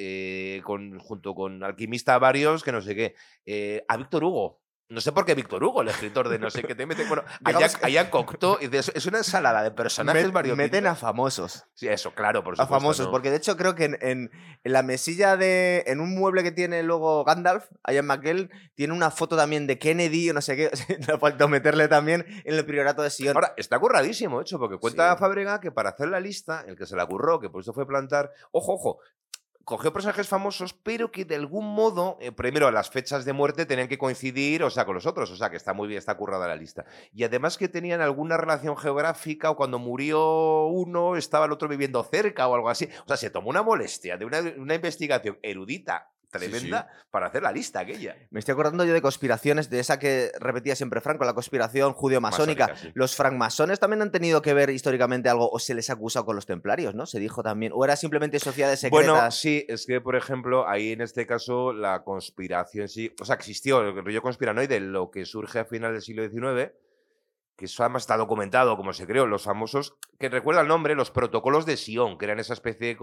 junto con alquimista varios, que no sé qué. A Víctor Hugo. No sé por qué Víctor Hugo, el escritor de no sé qué te mete. Bueno,
Digamos
a Jean Cocteau, y dices, es una ensalada de personajes variopintos.
Meten a famosos.
Sí, eso, claro, por
A
supuesto.
famosos,
¿no?
porque de hecho creo que en la mesilla de. En un mueble que tiene luego Gandalf, allá en McKell, tiene una foto también de Kennedy o no sé qué. Le ha faltado meterle también en el priorato de Sion.
Ahora, está curradísimo, hecho, porque cuenta
Sí.
Fábrega que para hacer la lista, el que se la curró, que por eso fue plantar, ojo, cogió personajes famosos, pero que de algún modo, primero, las fechas de muerte tenían que coincidir, o sea, con los otros, o sea, que está muy bien, está currada la lista. Y además que tenían alguna relación geográfica, o cuando murió uno, estaba el otro viviendo cerca o algo así. O sea, se tomó una molestia de una investigación erudita tremenda para hacer la lista aquella.
Me estoy acordando yo de conspiraciones, de esa que repetía siempre Franco, la conspiración judeo-masónica.
Masónica, sí.
Los francmasones también han tenido que ver históricamente algo, o se les ha acusado con los templarios, ¿no? Se dijo también. O era simplemente sociedades secretas.
Bueno, sí, es que, por ejemplo, ahí en este caso la conspiración sí, o sea, existió el rollo conspiranoide, lo que surge a final del siglo XIX, que eso además está documentado como se creó, los famosos, que recuerda el nombre, los protocolos de Sion, que eran esa especie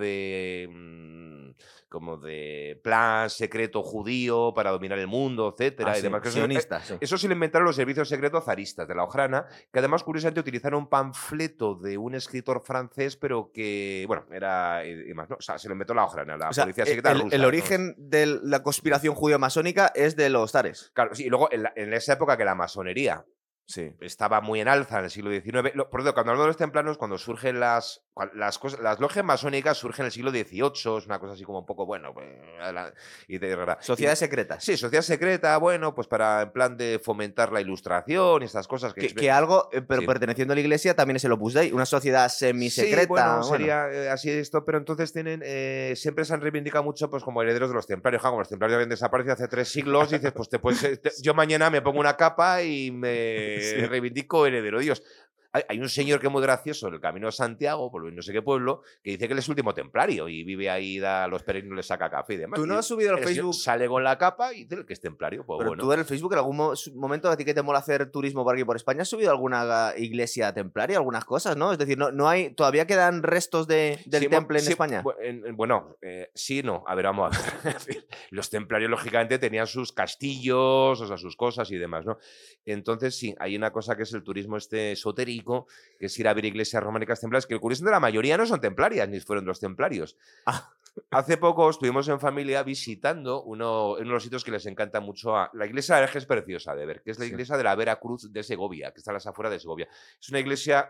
como de plan secreto judío para dominar el mundo, etcétera,
Ah,
y
sí,
demás. Que
sionistas, sí.
eso se lo inventaron los servicios secretos zaristas de la Ojrana, que además, curiosamente, utilizaron un panfleto de un escritor francés, pero que, bueno, era y más, ¿no? O sea, se lo inventó la Ojrana, la
O sea,
policía secreta rusa.
el
¿no?
origen de la conspiración judeo-masónica es de los zares.
Claro, sí, y luego en esa época que la masonería
Sí.
estaba muy en alza en el siglo XIX. Por cierto, cuando hablo de los templanos, cuando surgen las logias masónicas surgen en el siglo XVIII, es una cosa así como un poco, bueno, pues,
Sociedades secretas.
Sí, sociedad secreta, bueno, pues para en plan de fomentar la ilustración y estas cosas.
Que algo, pero
Sí.
perteneciendo a la iglesia, también es el Opus Dei, una sociedad semisecreta.
Sí, bueno, sería así esto, pero entonces siempre se han reivindicado mucho pues como herederos de los templarios. Como los templarios habían desaparecido hace 3 siglos, y dices, pues yo mañana me pongo una capa y me reivindico heredero de Dios. Hay un señor que es muy gracioso en el Camino de Santiago, por no sé qué pueblo, que dice que él es último templario y vive ahí, da a los peregrinos, les saca café y demás.
Tú no
Y
has subido al
el señor
Facebook.
sale con la capa y dice que es templario, pues
Pero
bueno.
tú en el Facebook, en algún momento, a ti que te mola hacer turismo por aquí por España, ¿has subido alguna iglesia templaria, algunas cosas, no? Es decir, no hay, todavía quedan restos del
Sí,
temple en
sí,
España.
Bueno, sí, no. A ver, vamos a ver. Los templarios, lógicamente, tenían sus castillos, o sea, sus cosas y demás, ¿no? Entonces, sí, hay una cosa que es el turismo esotérico, que es ir a ver iglesias románicas templarias, que el curioso de la mayoría no son templarias, ni fueron los templarios.
Ah.
Hace poco estuvimos en familia visitando uno de los sitios que les encanta mucho. La iglesia de Hereje es preciosa de ver, que es la iglesia de la Vera Cruz de Segovia, que está a las afueras de Segovia. Es una iglesia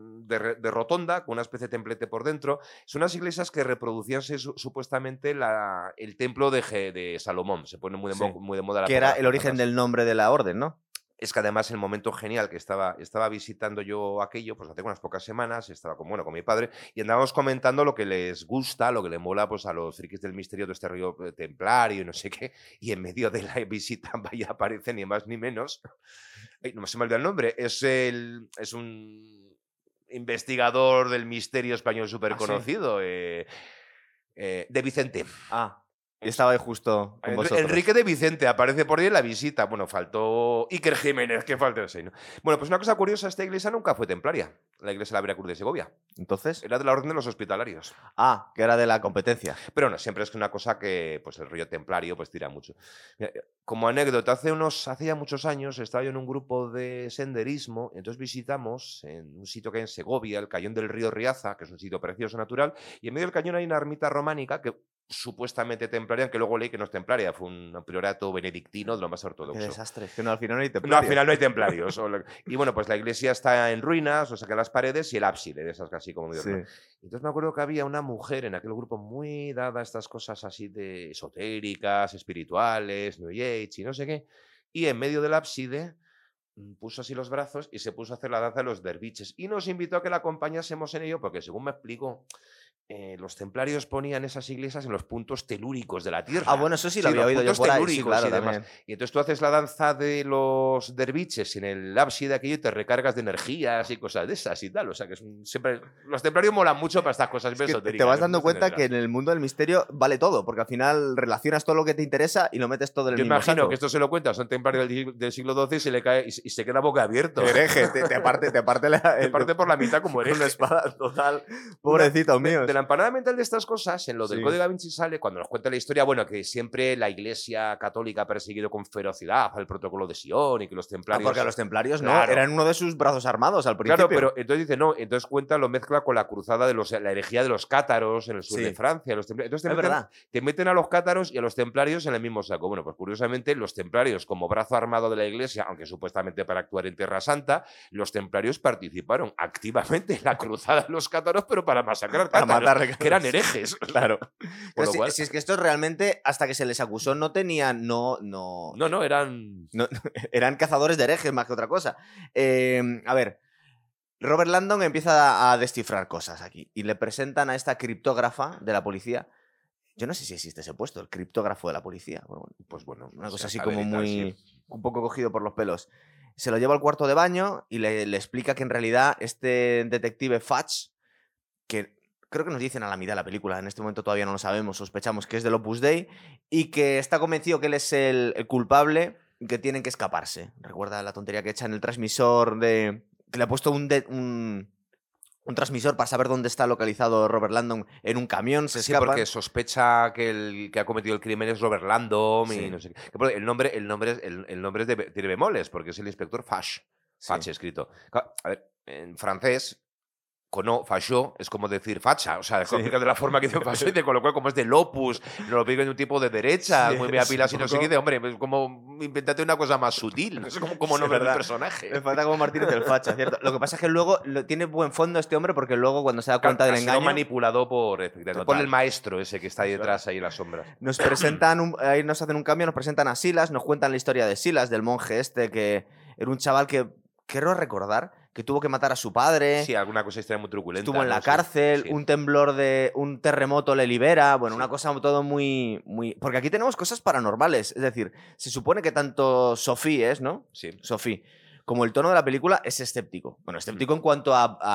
de rotonda, con una especie de templete por dentro. Son unas iglesias que reproducían supuestamente el templo de Salomón. Se pone muy de moda la
que era el origen del nombre de la orden, ¿no?
Es que además el momento genial que estaba visitando yo aquello, pues hace unas pocas semanas, estaba con mi padre, y andábamos comentando lo que les gusta, lo que les mola pues a los frikis del misterio de este río templario y no sé qué, y en medio de la visita vaya aparece ni más ni menos, no se me olvida el nombre, es un investigador del misterio español súper conocido, de Vicente.
Ah. Y estaba ahí justo con vosotros.
Enrique de Vicente aparece por ahí en la visita. Bueno, faltó Iker Jiménez, que falta ese, ¿no? Bueno, pues una cosa curiosa, esta iglesia nunca fue templaria, la iglesia de la Veracruz de Segovia.
Entonces.
Era de la Orden de los Hospitalarios.
Ah, que era de la competencia.
Pero no, siempre es una cosa que pues el rollo templario pues tira mucho. Mira, como anécdota, hace ya muchos años estaba yo en un grupo de senderismo, y entonces visitamos en un sitio que hay en Segovia, el Cañón del Río Riaza, que es un sitio precioso natural, y en medio del cañón hay una ermita románica que supuestamente templaria, que luego leí que no es templaria, fue un priorato benedictino de lo más
Qué
ortodoxo.
desastre. Que no, al final no hay
No,
templarios.
al final no hay templarios. Y bueno, pues la iglesia está en ruinas, o sea que las paredes y el ábside, de esas casi como
Sí.
Entonces me acuerdo que había una mujer en aquel grupo muy dada a estas cosas así de esotéricas, espirituales, New Age y no sé qué, y en medio del ábside puso así los brazos y se puso a hacer la danza de los derviches y nos invitó a que la acompañásemos en ello porque según me explicó, los templarios ponían esas iglesias en los puntos telúricos de la tierra.
Bueno, eso sí lo
Sí,
había
los
oído yo
puntos
por ahí. Sí,
telúricos
claro,
y demás.
también.
Y entonces tú haces la danza de los derviches en el ábside aquello y te recargas de energías y cosas de esas y tal. O sea que siempre los templarios molan mucho para estas cosas
Es que
esotéricas.
te vas
¿no?
dando
Puntos
cuenta que
energéticas.
en el mundo del misterio vale todo, porque al final relacionas todo lo que te interesa y lo metes todo en el
Yo
mismo
imagino
saco.
que esto se lo cuentas a un templario del siglo XII y se le cae y se queda boca abierto.
Hereje, te parte
Te parte por la mitad como
con una
hereje.
espada total. Pobrecitos míos.
De la empanada mental de estas cosas, en lo del
Sí.
Código Da Vinci sale, cuando nos cuenta la historia, bueno, que siempre la Iglesia Católica ha perseguido con ferocidad el protocolo de Sion y que los templarios...
Porque a los templarios no,
Claro.
eran uno de sus brazos armados al principio.
Claro, pero entonces dice, no, entonces cuenta, lo mezcla con la cruzada de la herejía de los cátaros en el sur
Sí.
de Francia. Entonces
Es verdad.
te meten a los cátaros y a los templarios en el mismo saco. Bueno, pues curiosamente, los templarios, como brazo armado de la iglesia, aunque supuestamente para actuar en Tierra Santa, los templarios participaron activamente en la cruzada de los cátaros, pero para masacrar
Para
cátaros,
matar
que eran herejes.
Claro.
Por
Pero
lo cual-
si es que estos realmente, hasta que se les acusó, no tenían.
No, eran...
No, eran cazadores de herejes más que otra cosa. A ver, Robert Landon empieza a descifrar cosas aquí y le presentan a esta criptógrafa de la policía. Yo no sé si existe ese puesto, el criptógrafo de la policía.
Pues bueno,
Una
no
cosa
sé,
así
a
como
veritas,
muy...
sí.
un poco cogido por los pelos. Se lo lleva al cuarto de baño y le explica que en realidad este detective Fudge, que creo que nos dicen a la mitad de la película, en este momento todavía no lo sabemos, sospechamos que es del Opus Dei y que está convencido que él es el culpable y que tienen que escaparse. Recuerda la tontería que echa en el transmisor de... que le ha puesto un transmisor para saber dónde está localizado Robert Landon en un camión, se
Sí,
escapan.
porque sospecha que el que ha cometido el crimen es Robert Landon
Sí.
y no sé qué. El nombre es tiene bemoles, porque es el inspector Fache.
Sí.
Fache escrito. Claro, a ver, en francés, cono, facho, es como decir facha. O sea,
Sí.
de la forma que dice facho, y de con lo cual, como es de Lopus, no lo pico en un tipo de derecha,
Sí,
muy me pilas
es
y
un
no sé
poco-
qué, de hombre, pues como invéntate una cosa más sutil. No sé cómo
Sí,
nombre del
verdad.
personaje.
Me falta como Martínez del Facha, ¿cierto? Lo que pasa es que luego tiene buen fondo este hombre porque luego cuando se da cuenta del
Ha sido
engaño
manipulado por
Total.
el maestro ese que está ahí
Es
detrás, ahí en las sombras.
nos presentan, ahí nos hacen un cambio, nos presentan a Silas, nos cuentan la historia de Silas, del monje este, que era un chaval que, quiero recordar, que tuvo que matar a su padre,
Sí, alguna cosa extraña muy truculenta.
estuvo en
¿no?
la
Sí,
cárcel,
sí.
un terremoto le libera, bueno,
Sí.
una cosa todo muy... Porque aquí tenemos cosas paranormales, es decir, se supone que tanto Sophie es, ¿no?
Sí.
Sophie, como el tono de la película es escéptico. Bueno, escéptico en cuanto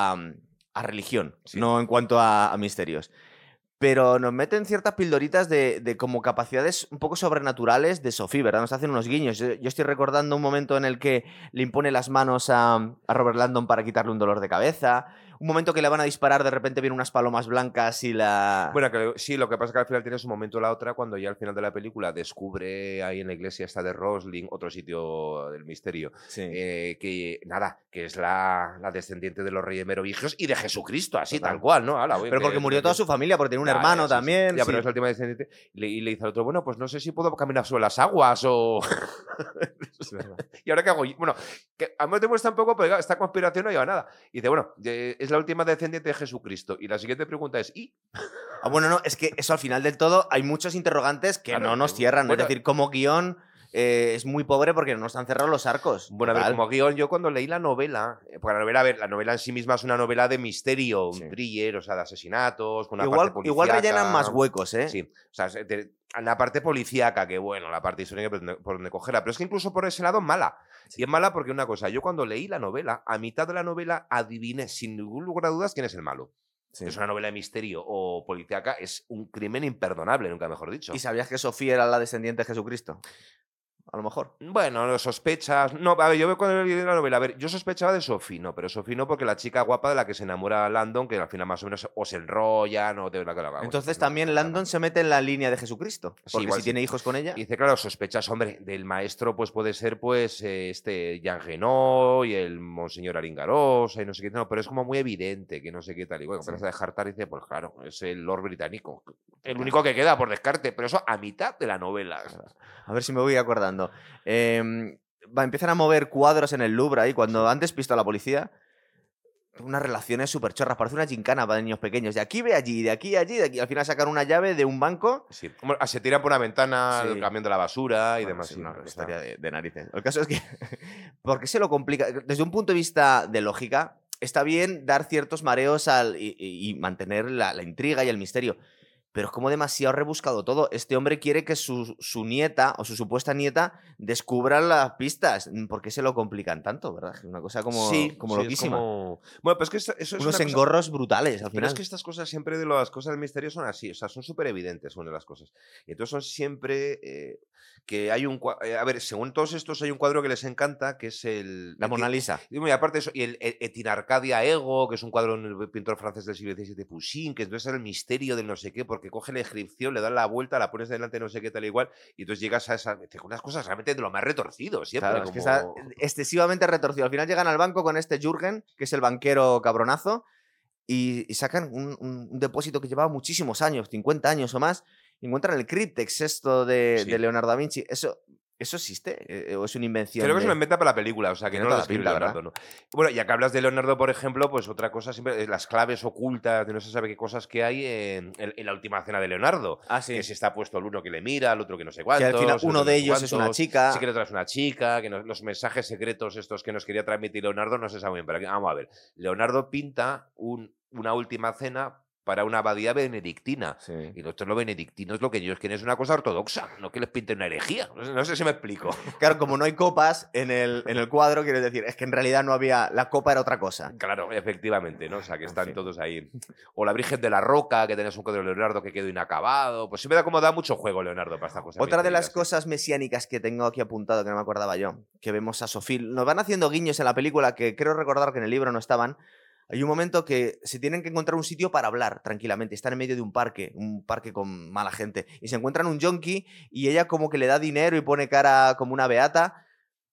a religión,
Sí.
no en cuanto a misterios. Pero nos meten ciertas pildoritas de como capacidades un poco sobrenaturales de Sophie, ¿verdad? Nos hacen unos guiños. Yo estoy recordando un momento en el que le impone las manos a Robert Landon para quitarle un dolor de cabeza. Un momento que le van a disparar, de repente vienen unas palomas blancas y la...
Bueno, sí, lo que pasa es que al final tienes un momento la otra cuando ya al final de la película descubre ahí en la iglesia esta de Rosling, otro sitio del misterio,
Sí.
que nada, que es la descendiente de los reyes merovingios y de Jesucristo, así
Total.
tal cual, ¿no? Ala,
Pero porque murió toda su familia, porque tenía un hermano también.
Ya, pero
sí.
es la última descendiente. Y le dice al otro, bueno, pues no sé si puedo caminar sobre las aguas o...
Es verdad.
¿Y ahora qué hago? Bueno, que a mí me demuestra un poco, pero esta conspiración no lleva nada. Y dice, bueno, es la última descendiente de Jesucristo. Y la siguiente pregunta es, ¿y?
Bueno, no, es que eso al final del todo hay muchos interrogantes que
Claro,
no nos cierran.
bueno,
es decir, como guión es muy pobre porque no nos han cerrado los arcos.
Bueno, a ver,
Total.
como guión, yo cuando leí la novela, porque la novela, a ver, la novela en sí misma es una novela de misterio,
Sí.
un thriller, o sea, de asesinatos, con una
Igual,
parte
igual rellenan
policíaca.
más huecos, ¿eh?
Sí, o sea, la parte policíaca, que bueno, la parte histórica por donde cogerla, pero es que incluso por ese lado es mala.
Sí.
Y es mala porque una cosa, yo cuando leí la novela, a mitad de la novela adiviné sin ningún lugar a dudas quién es el malo.
Sí.
Es una novela de misterio o policíaca, es un crimen imperdonable, nunca mejor dicho.
¿Y sabías que Sofía era la descendiente de Jesucristo? a lo mejor.
Bueno, lo sospechas. No, a ver, yo veo cuando leí la novela. A ver, yo sospechaba de Sophie, no, pero Sophie no, porque la chica guapa de la que se enamora Landon, que al final más o menos o se enrollan o de la que la vamos,
Entonces
no
también
pasa nada.
Landon se mete en la línea de Jesucristo,
Sí,
porque
igual
si
sí.
tiene hijos con
Y
ella...
dice, claro, sospechas, hombre, del maestro, pues puede ser, pues, Jean Genot y el Monseñor Aringarosa y no sé qué, no, pero es como muy evidente que no sé qué tal. Y bueno,
Sí.
empiezas a dejar y dice, pues claro, es el Lord británico. El
Claro.
único que queda por descarte, pero eso a mitad de la novela.
A ver si me voy acordando. Empiezan a mover cuadros en el Louvre ahí, cuando
Sí.
han despistado a la policía. Unas relaciones súper chorras, parece una gincana para niños pequeños. De aquí ve allí, de aquí a allí, de aquí. Al final sacan una llave de un banco.
Sí. Bueno, se tiran por una ventana,
Sí.
cambiando la basura y
Bueno,
demás.
sí,
Sí,
una
está-
historia de narices. El caso es que, ¿por qué se lo complica? Desde un punto de vista de lógica, está bien dar ciertos mareos y mantener la intriga y el misterio. Pero es como demasiado rebuscado todo. Este hombre quiere que su nieta o su supuesta nieta descubra las pistas. ¿Por qué se lo complican tanto, verdad? Es una cosa como
sí, es
loquísima.
como... Bueno, pues es que eso es
Unos
una cosa...
engorros brutales al
Pero es
final.
que estas cosas siempre de las cosas del misterio son así, o sea, son súper evidentes una de las cosas. Y entonces son siempre que hay un... a ver, según todos estos hay un cuadro que les encanta, que es
La Mona Lisa.
y bueno, y aparte de eso, y el Etinarcadia Ego, que es un cuadro del pintor francés del siglo XVII, Poussin, que entonces es el misterio del no sé qué, porque coge la inscripción, le dan la vuelta, la pones delante no sé qué, tal igual, y entonces llegas a esa... unas cosas realmente de lo más retorcido siempre.
Claro, es que está
Como...
excesivamente retorcido. Al final llegan al banco con este Jürgen, que es el banquero cabronazo, y sacan un depósito que llevaba muchísimos años, 50 años o más, y encuentran el críptex esto de
Sí.
Leonardo da Vinci. ¿Eso existe? ¿O es una invención?
Creo que se lo inventa para la película, o sea, que
Tiene
no lo
toda la
escribe
pinta,
Leonardo, ¿no? Bueno, ya que hablas de Leonardo, por ejemplo, pues otra cosa siempre es las claves ocultas de no se sabe qué cosas que hay en la última cena de Leonardo.
Ah, sí.
Que si está puesto el uno que le mira, el otro que no sé
Que
cuántos.
al final
el otro
uno
que no
de
sé
ellos es una
cuántos,
chica.
Sí que el otro es una chica, que los mensajes secretos estos que nos quería transmitir Leonardo no se saben bien. Pero aquí, vamos a ver, Leonardo pinta una última cena para una abadía benedictina.
Sí.
Y los benedictinos lo que ellos quieren es una cosa ortodoxa, no que les pinten una herejía. No sé si me explico.
Claro, como no hay copas en el cuadro, quiero decir, es que en realidad no había. La copa era otra cosa.
Claro, efectivamente, ¿no? O sea, que
En
están
fin.
todos ahí. O la Virgen de la Roca, que tenés un cuadro de Leonardo que quedó inacabado. Pues siempre da mucho juego Leonardo para esta cosa.
Otra de las
misteriosa, sí.
cosas mesiánicas que tengo aquí apuntado, que no me acordaba yo, que vemos a Sofía. Nos van haciendo guiños en la película que creo recordar que en el libro no estaban. Hay un momento que se tienen que encontrar un sitio para hablar tranquilamente. Están en medio de un parque con mala gente. Y se encuentran un yonki y ella como que le da dinero y pone cara como una beata.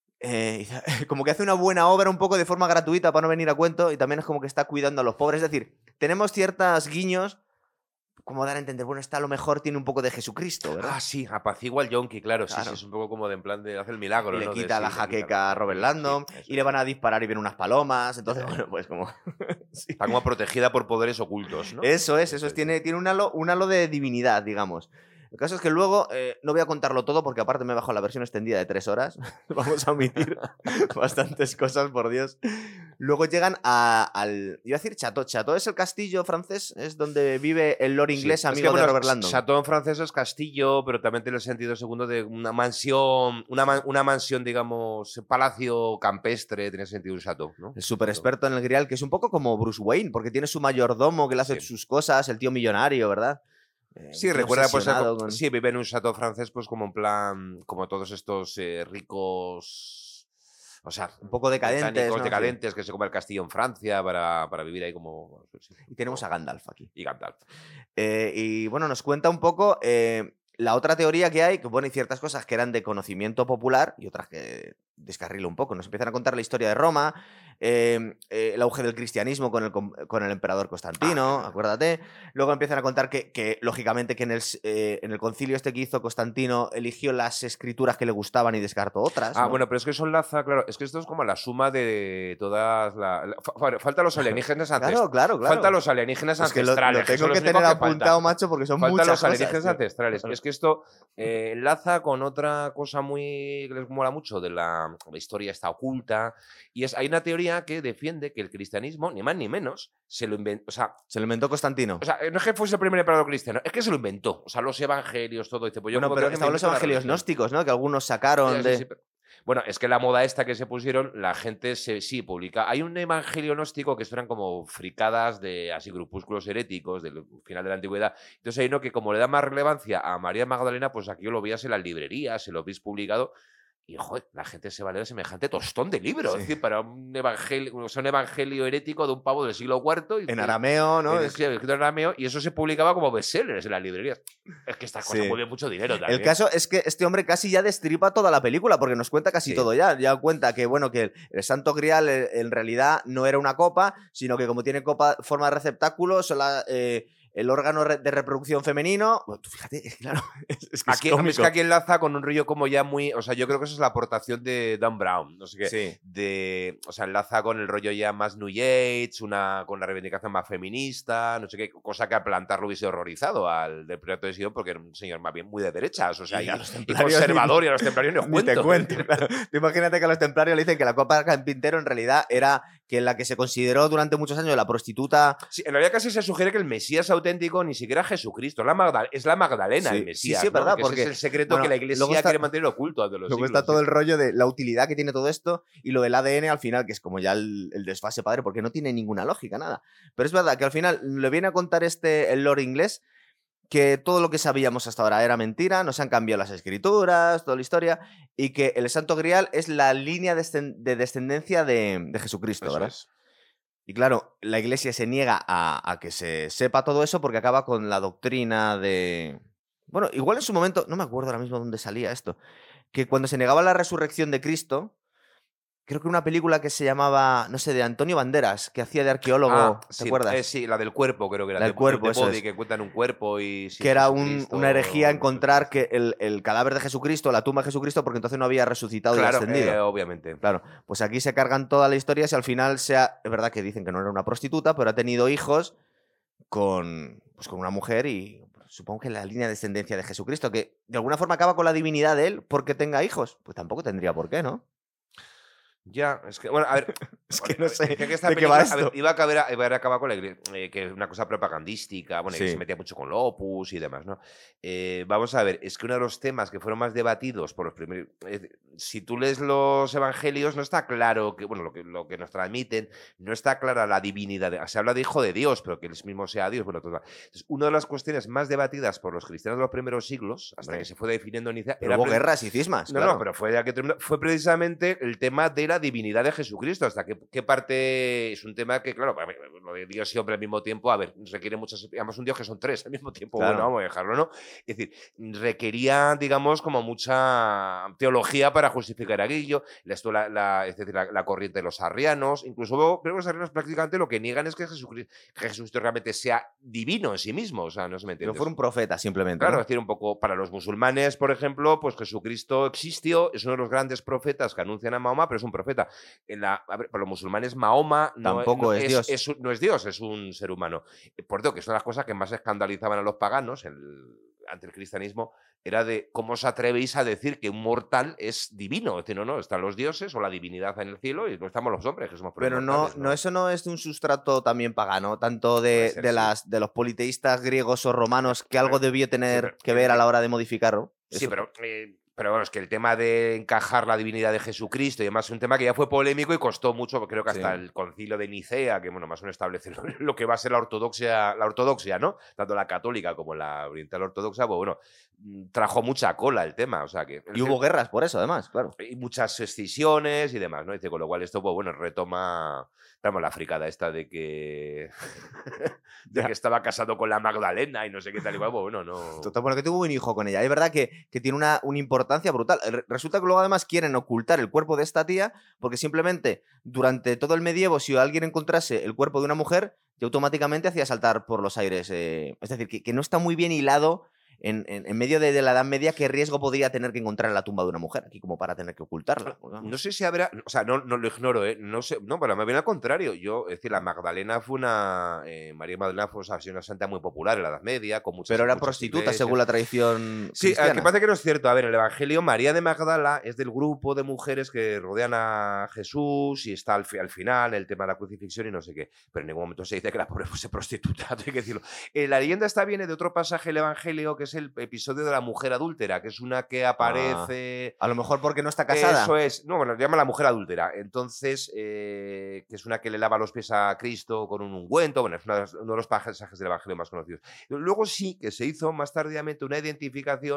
Como que hace una buena obra un poco de forma gratuita para no venir a cuento y también es como que está cuidando a los pobres. Es decir, tenemos ciertos guiños como dar a entender, bueno, esta a lo mejor tiene un poco de Jesucristo, ¿verdad?
Ah, sí, apacigua al yonki, claro. Sí,
Claro.
sí, es un poco como de en plan de hacer el milagro,
Y le
¿no?
quita la
Le quita
jaqueca a Robert Landon
Sí, eso
y le
es.
van a disparar y vienen unas palomas. Entonces, bueno, pues como... Sí.
Está como protegida por poderes ocultos, ¿no?
Eso es, tiene un halo de divinidad, digamos. El caso es que luego, no voy a contarlo todo porque aparte me he bajado la versión extendida de 3 horas. Vamos a omitir bastantes cosas, por Dios. Luego llegan al... Iba a decir Chateau. Chateau es el castillo francés, es donde vive el lord inglés
Sí. Es
amigo
que,
de
bueno,
Robert Landon.
Chateau en francés es castillo, pero también tiene el sentido segundo de una mansión, una mansión, digamos, palacio campestre, tiene sentido un chateau, ¿no?
El súper experto en el grial, que es un poco como Bruce Wayne, porque tiene su mayordomo que le hace
Sí.
sus cosas, el tío millonario, ¿verdad?
Sí,
Un tío
recuerda, pues,
obsesionado con-
sí, vive en un chateau francés, pues, como en plan, como todos estos ricos, o sea,
Un poco decadentes,
británicos,
¿no?
decadentes, que se come el castillo en Francia para vivir ahí como... sí,
Y tenemos a Gandalf aquí.
y Gandalf.
Y bueno, nos cuenta un poco la otra teoría que hay, que bueno, hay ciertas cosas que eran de conocimiento popular y otras que descarrila un poco. Nos empiezan a contar la historia de Roma, el auge del cristianismo con el emperador Constantino, acuérdate. Luego empiezan a contar que lógicamente, que en el concilio este que hizo Constantino eligió las escrituras que le gustaban y descartó otras.
Ah,
¿no?
bueno, pero es que eso enlaza, claro, es que esto es como la suma de todas falta los alienígenas
Claro, claro.
Falta los alienígenas
Es que lo
ancestrales.
tengo
son
que
los únicos
tener
faltan.
apuntado, macho, porque son
Faltan
muchas
los
cosas.
alienígenas
Tío.
ancestrales.
Claro.
Es que esto enlaza con otra cosa muy que les mola mucho de la historia esta oculta. Y hay una teoría que defiende que el cristianismo, ni más ni menos, se lo inventó.
Se lo inventó Constantino.
No es que fuese el primer emperador cristiano, es que se lo inventó. O sea, los evangelios, todo. Dice, pues yo
Bueno,
como
pero
que me
estaban los
invento una
evangelios
religión.
gnósticos, ¿no? Que algunos sacaron
Sí,
de...
sí, pero... Bueno, es que la moda esta que se pusieron, la gente sí publica. Hay un evangelio gnóstico que eran como fricadas de así grupúsculos heréticos del final de la antigüedad. Entonces hay uno que como le da más relevancia a María Magdalena, pues aquí lo veías en las librerías, se lo veis publicado. Y, joder, la gente se vale de semejante tostón de libro.
Sí.
Es decir, para un evangelio, o sea, un evangelio herético de un pavo del siglo IV.
En arameo, ¿no?
Escrito en arameo, y eso se publicaba como bestsellers en las librerías. Es que estas cosas
Sí.
mueven mucho dinero
El
también.
caso es que este hombre casi ya destripa toda la película, porque nos cuenta casi
Sí.
todo ya. Ya cuenta que, bueno, que el Santo Grial en realidad no era una copa, sino que como tiene copa forma de receptáculo, son el órgano de reproducción femenino. Bueno, tú fíjate, es que claro, es que
Aquí,
es
a mí es que
cómico.
aquí enlaza con un rollo como ya muy. O sea, yo creo que eso es la aportación de Dan Brown. No sé qué.
Sí.
O sea, enlaza con el rollo ya más New Age, con la reivindicación más feminista, no sé qué, cosa que a plantarlo hubiese horrorizado al del Priorato de Sion, porque era un señor más bien muy de derechas, o sea,
Y a los
y
templarios
conservador, y a los templarios ni os
Ni te
cuento.
cuento. Claro. Tú imagínate que a los templarios le dicen que la copa carpintero en realidad era que la que se consideró durante muchos años la prostituta.
Sí, en realidad casi se sugiere que el Mesías auténtico ni siquiera es Jesucristo, es la Magdalena
Sí,
el Mesías.
sí, es
¿no?
verdad,
Que
porque,
ese es el secreto
bueno,
que la
luego
Iglesia
está-
quiere mantener oculto de los
Luego
siglos.
está todo
sí.
el rollo de la utilidad que tiene todo esto y lo del ADN al final, que es como ya el desfase padre, porque no tiene ninguna lógica, nada. Pero es verdad que al final le viene a contar el lore inglés que todo lo que sabíamos hasta ahora era mentira, nos han cambiado las escrituras, toda la historia, y que el Santo Grial es la línea de descendencia de Jesucristo,
Eso
¿verdad?
es.
Y claro, la iglesia se niega a que se sepa todo eso porque acaba con la doctrina de... Bueno, igual en su momento, no me acuerdo ahora mismo dónde salía esto, que cuando se negaba la resurrección de Cristo, creo que una película que se llamaba, no sé, de Antonio Banderas, que hacía de arqueólogo, ¿te
Sí,
acuerdas?
sí, la del cuerpo, creo que era.
La del cuerpo,
De
eso
Body,
es.
que encuentran un cuerpo y si
Que
es
era
Jesucristo
una herejía
o no es
encontrar que
Jesucristo.
el cadáver de Jesucristo, la tumba de Jesucristo, porque entonces no había resucitado y
Claro,
ascendido.
obviamente.
Claro, pues aquí se cargan toda la historia si al final sea... Es verdad que dicen que no era una prostituta, pero ha tenido hijos pues con una mujer y supongo que la línea de descendencia de Jesucristo, que de alguna forma acaba con la divinidad de él porque tenga hijos. Pues tampoco tendría por qué, ¿no?
Ya, es que, bueno, a ver.
Es que
A
no
ver,
sé
es que esta
de qué va
película, a ver,
esto.
iba a acabar con la iglesia, que es una cosa propagandística, bueno, y que se
Sí.
metía mucho con el Opus y demás, ¿no? Vamos a ver, es que uno de los temas que fueron más debatidos por los primeros. Si tú lees los evangelios, no está claro que, bueno, lo que nos transmiten, no está clara la divinidad. Se habla de hijo de Dios, pero que él mismo sea Dios, bueno, todo. Entonces, una de las cuestiones más debatidas por los cristianos de los primeros siglos, hasta
Hombre.
que se fue definiendo Nicea,
Pero hubo guerras y cismas, claro.
No, pero fue ya que terminó, fue precisamente el tema de la divinidad de Jesucristo. Hasta qué parte es un tema que, claro, lo de Dios y hombre al mismo tiempo, a ver, requiere muchas. Digamos, un Dios que son tres al mismo tiempo.
Claro.
Bueno, vamos a dejarlo, ¿no? Es decir, requería, digamos, como mucha teología para justificar aquello. Es decir, la corriente de los arrianos. Incluso creo que los arrianos prácticamente lo que niegan es que Jesucristo realmente sea divino en sí mismo. O sea, no se me entiende.
Pero fue un profeta, simplemente.
Claro,
¿no?
es decir, un poco para los musulmanes, por ejemplo, pues Jesucristo existió, es uno de los grandes profetas que anuncian a Mahoma, pero es un profeta. A ver, para los musulmanes, Mahoma
Tampoco es Dios.
no es Dios, es un ser humano. Por cierto, que son las cosas que más escandalizaban a los paganos ante el cristianismo, era de cómo os atrevéis a decir que un mortal es divino. Es decir, no, están los dioses o la divinidad en el cielo y no estamos los hombres, que somos
Pero
mortales,
no, eso no es de un sustrato también pagano, tanto
Puede ser, sí.
de los politeístas griegos o romanos, que algo debió tener
pero
que ver a la hora de modificarlo.
Sí,
Eso-
pero bueno, es que el tema de encajar la divinidad de Jesucristo y demás es un tema que ya fue polémico y costó mucho, porque creo que hasta
Sí.
el concilio de Nicea, que bueno, más o menos establece lo que va a ser la ortodoxia, ¿no? Tanto la católica como la oriental ortodoxa, pues bueno, trajo mucha cola el tema, o sea que...
Y hubo guerras por eso, además, claro.
Y muchas escisiones y demás, ¿no? Dice, con lo cual esto, pues bueno, retoma, vamos, la fricada esta de que de que estaba casado con la Magdalena y no sé qué tal y cual, pues bueno, no...
Total, bueno, que tuvo un hijo con ella. Es verdad que tiene una importancia brutal. Resulta que luego además quieren ocultar el cuerpo de esta tía porque simplemente durante todo el medievo si alguien encontrase el cuerpo de una mujer, ya automáticamente hacía saltar por los aires. Es decir, que no está muy bien hilado en medio de la Edad Media qué riesgo podría tener que encontrar en la tumba de una mujer, aquí como para tener que ocultarla.
No sé si habrá, o sea, no lo ignoro, ¿eh? No sé, no, pero me viene al contrario. Es decir, la Magdalena fue María Magdalena fue una santa muy popular en la Edad Media, con muchas
Pero era
muchas
prostituta
iglesias.
según la tradición
Sí,
cristiana.
que parece que no es cierto. A ver, en el Evangelio, María de Magdala es del grupo de mujeres que rodean a Jesús y está al final el tema de la crucifixión y no sé qué. Pero en ningún momento se dice que la pobre fuese prostituta, hay que decirlo. La leyenda esta viene de otro pasaje del Evangelio, que es el episodio de la mujer adúltera, que es una que aparece...
A lo mejor porque no está casada.
Eso es. No, bueno, le llama la mujer adúltera. Entonces, que es una que le lava los pies a Cristo con un ungüento. Bueno, es uno de los pasajes del Evangelio más conocidos. Luego sí que se hizo más tardíamente una identificación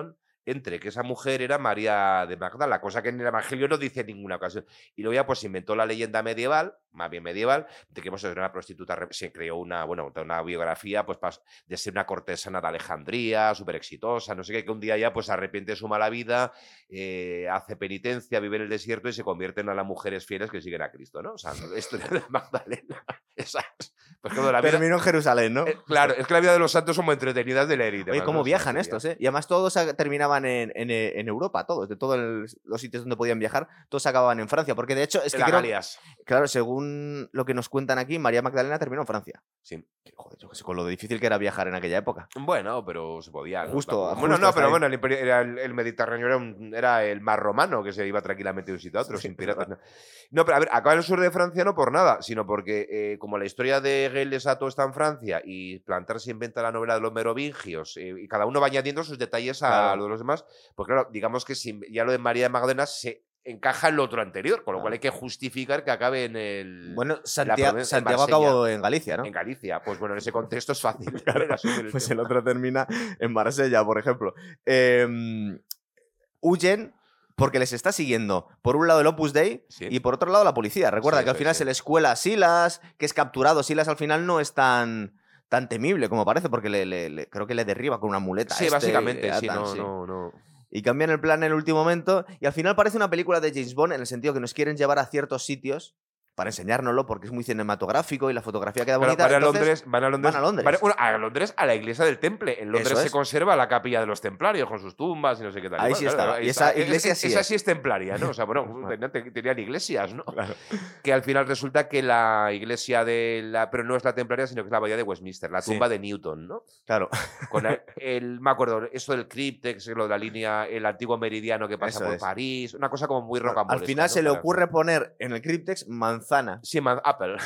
entre que esa mujer era María de Magdala, cosa que en el Evangelio no dice en ninguna ocasión. Y luego ya pues inventó la leyenda medieval, más bien medieval, de que pues, era una prostituta, se creó una biografía pues de ser una cortesana de Alejandría, súper exitosa, no sé qué, que un día ya pues se arrepiente de su mala vida, hace penitencia, vive en el desierto y se convierte en una de las mujeres fieles que siguen a Cristo, ¿no? O sea, la historia de Magdalena. Pues claro, la vida,
Terminó en Jerusalén, ¿no?
claro, es que la vida de los santos son muy entretenidas de leer y demás.
Oye, ¿cómo
¿no?
viajan estos, eh? Y además todos terminaban en Europa, todos, de todos los sitios donde podían viajar, todos acababan en Francia, porque de hecho es que
Las
creo,
Galias.
claro, según lo que nos cuentan aquí, María Magdalena terminó en Francia.
Sí.
Joder, yo qué sé, con lo difícil que era viajar en aquella época.
Bueno, pero se podía. ¿no?
Justo,
Bueno,
justo
no,
hasta
pero
ahí.
bueno, el Mediterráneo era el mar romano que se iba tranquilamente de un sitio a otro,
Sí,
sin
es
piratas.
verdad.
No, pero a ver, acaba en el sur de Francia no por nada, sino porque como la historia de Gay Lussato está en Francia y Plantar se inventa la novela de los merovingios y cada uno va añadiendo sus detalles a
Claro.
lo de los demás, pues claro, digamos que ya lo de María de Magdalena se encaja en lo otro anterior, con lo
Claro.
cual hay que justificar que acabe en el...
Bueno,
en
Santiago
Marsella.
acabó en Galicia, ¿no?
En Galicia, pues bueno, en ese contexto es fácil.
Claro,
asumir el
pues
tema.
el otro termina en Marsella, por ejemplo. Huyen porque les está siguiendo, por un lado el Opus Dei
Sí.
y por otro lado la policía. Recuerda
Sí,
que al
eso
final
es,
se les cuela a Silas, que es capturado. Silas al final no es tan temible como parece, porque creo que le derriba con una muleta.
Sí,
y
básicamente,
le
sí,
atan,
no.
Y cambian el plan en el último momento. Y al final parece una película de James Bond en el sentido que nos quieren llevar a ciertos sitios para enseñárnoslo, porque es muy cinematográfico y la fotografía queda bonita.
Van a
entonces,
Londres, van a Londres.
van a Londres.
A Londres, a la iglesia del Temple. En Londres
Eso
se
es.
conserva la capilla de los templarios con sus tumbas y no sé qué tal.
Ahí sí estaba. Y esa iglesia sí
esa
es.
sí es templaria, ¿no? O sea, bueno, tenían iglesias, ¿no?
Claro.
Que al final resulta que la iglesia pero no es la templaria, sino que es la abadía de Westminster, la tumba de Newton, ¿no?
Claro.
Con me acuerdo, esto del críptex, lo de la línea, el antiguo meridiano que pasa
Eso
por
es.
París, una cosa como muy
Al
rocambolesca.
final
¿no?
se le
Para-
ocurre poner en el críptex manzana.
Sí, Apple.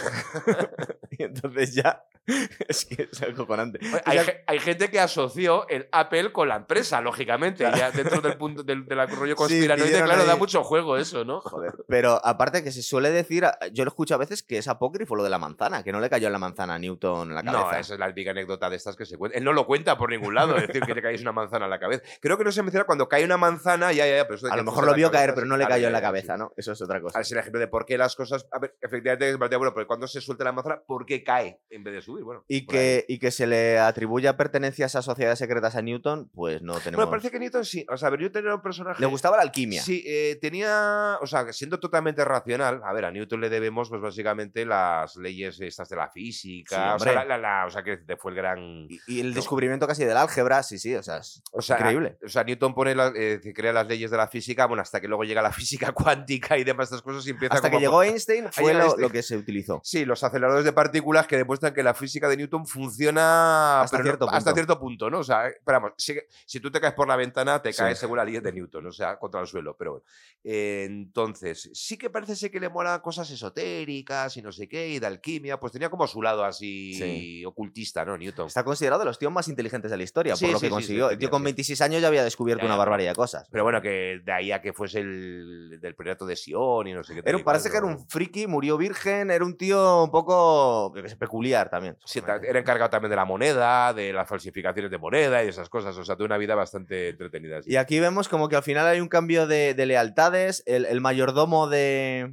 Y entonces ya es que es acojonante.
Oye,
O sea,
hay gente que asoció el Apple con la empresa, lógicamente.
Claro.
Ya dentro del punto del rollo
Sí,
conspiranoide,
pidieron
claro, da
ahí-
mucho juego eso, ¿no?
joder. Pero aparte que se suele decir, yo lo escucho a veces que es apócrifo lo de la manzana, que no le cayó en la manzana a Newton en la cabeza.
No, esa es la típica anécdota de estas que se cuenta. Él no lo cuenta por ningún lado, es decir, que te caes una manzana en la cabeza. Creo que no se menciona cuando cae una manzana, ya, pero eso de
A
que
lo mejor
fuese
lo
la
vio
cabeza,
caer, pero
sí,
no le
claro,
cayó en la
sí.
cabeza, ¿no? Eso es otra cosa.
A ver si el ejemplo de por qué las cosas. A ver, efectivamente, es bueno, pero cuando se suelta la manzana, ¿por qué cae en vez de subir? Bueno,
Y
por ahí.
que se le atribuya pertenencias a sociedades secretas a Newton, pues no tenemos.
Bueno, parece que Newton sí. O sea, a ver, Newton era un personaje.
Le gustaba la alquimia.
Sí, tenía. O sea, siendo totalmente racional. A ver, a Newton le debemos, pues básicamente, las leyes estas de la física.
Sí,
o sea,
hombre.
o sea, que fue el gran.
Y el descubrimiento casi del álgebra, sí, o sea, es increíble.
O sea, Newton crea las leyes de la física, bueno, hasta que luego llega la física cuántica y demás estas cosas y empieza
Hasta que
como a-
llegó Einstein fue
llega
lo
Einstein.
que se utilizó.
Sí, los aceleradores de partículas que demuestran que la física de Newton funciona
Hasta
pero no-
cierto punto.
hasta cierto punto, ¿no? O sea, pero vamos, si tú te caes por la ventana, te
Sí.
caes según la ley de Newton, o sea, contra el suelo, pero bueno. Entonces, sí que parece ser que le mola cosas esotéricas y no sé qué, y de alquimia, pues tenía como su lado así
Sí.
ocultista, ¿no? Newton.
Está considerado de los tíos más inteligentes de la historia,
Sí,
por lo
sí,
que
sí,
consiguió.
sí,
El tío con
sí.
26 años ya había descubierto
Ya,
una
ya,
barbaridad de cosas.
Pero bueno, que de ahí a que fuese el del priorato de Sion y no sé qué. tal y
Parece
cual,
que era
no.
un friki, murió virgen, era un tío un poco yo qué sé, peculiar también.
Sí, era encargado también de la moneda, de las falsificaciones de moneda y esas cosas. O sea, tuvo una vida bastante entretenida. Sí.
Y aquí vemos como que al final hay un cambio de lealtades. El mayordomo de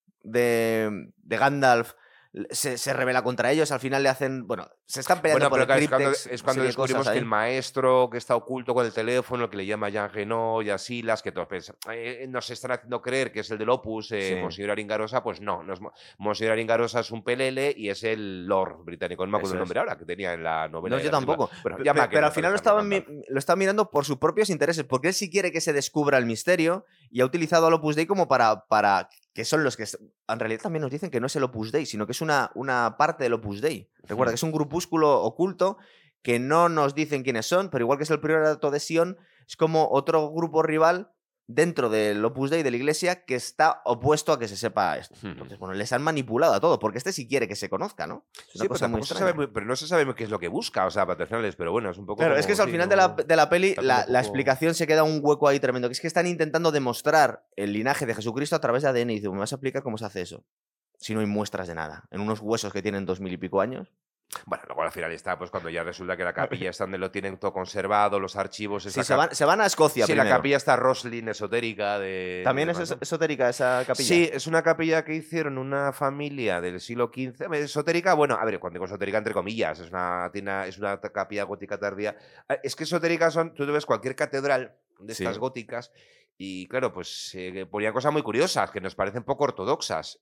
Gandalf se revela contra ellos. Al final le hacen. Bueno, se están peleando por
Bueno, pero
el
claro,
críptex.
es cuando
serie de
descubrimos
cosas
que
ahí.
el maestro que está oculto con el teléfono, que le llama Jean Reno y a Silas, que todos piensan, nos están haciendo creer que es el del Opus,
Sí.
Monseñor Aringarosa, pues no es Monseñor Aringarosa es un pelele y es el Lord británico, no me acuerdo
Eso
el nombre ahora, que tenía en la novela.
No,
de
yo
la película.
tampoco.
Bueno,
Pe-
ya
pe-
Mackenzie,
pero al final
Gandalf.
lo está mirando por sus propios intereses, porque él sí quiere que se descubra el misterio y ha utilizado al Opus Dei como para que son los que. En realidad también nos dicen que no es el Opus Dei, sino que es una parte del Opus Dei. Recuerda que es un grupúsculo oculto que no nos dicen quiénes son, pero igual que es el priorato de Sion, es como otro grupo rival dentro del Opus Dei de la iglesia que está opuesto a que se sepa esto. Entonces, bueno, les han manipulado a todo, porque este sí quiere que se conozca, ¿no? Es una
Sí,
cosa muy
se
extraña.
sabe pero no se sabe qué es lo que busca, o sea, paternales, pero bueno, es un poco.
Claro, es
como,
que eso al
sí,
final
no-
de la peli,
está como
la
un poco-
explicación se queda un hueco ahí tremendo, que es que están intentando demostrar el linaje de Jesucristo a través de ADN y dice, ¿me vas a explicar cómo se hace eso? Si no hay muestras de nada, en unos huesos que tienen 2000 y pico años.
Bueno, luego al final está, pues cuando ya resulta que la capilla está donde lo tienen todo conservado, los archivos.
Sí, se van a Escocia
Sí, la
primero.
capilla está Roslin, esotérica.
¿También es
demás, ¿no?
esotérica esa capilla?
Sí, es una capilla que hicieron una familia del siglo XV. Esotérica, bueno, a ver, cuando digo esotérica, entre comillas, es una capilla gótica tardía. Es que esotéricas son, tú ves cualquier catedral de estas
Sí.
góticas y, claro, pues ponían cosas muy curiosas que nos parecen poco ortodoxas.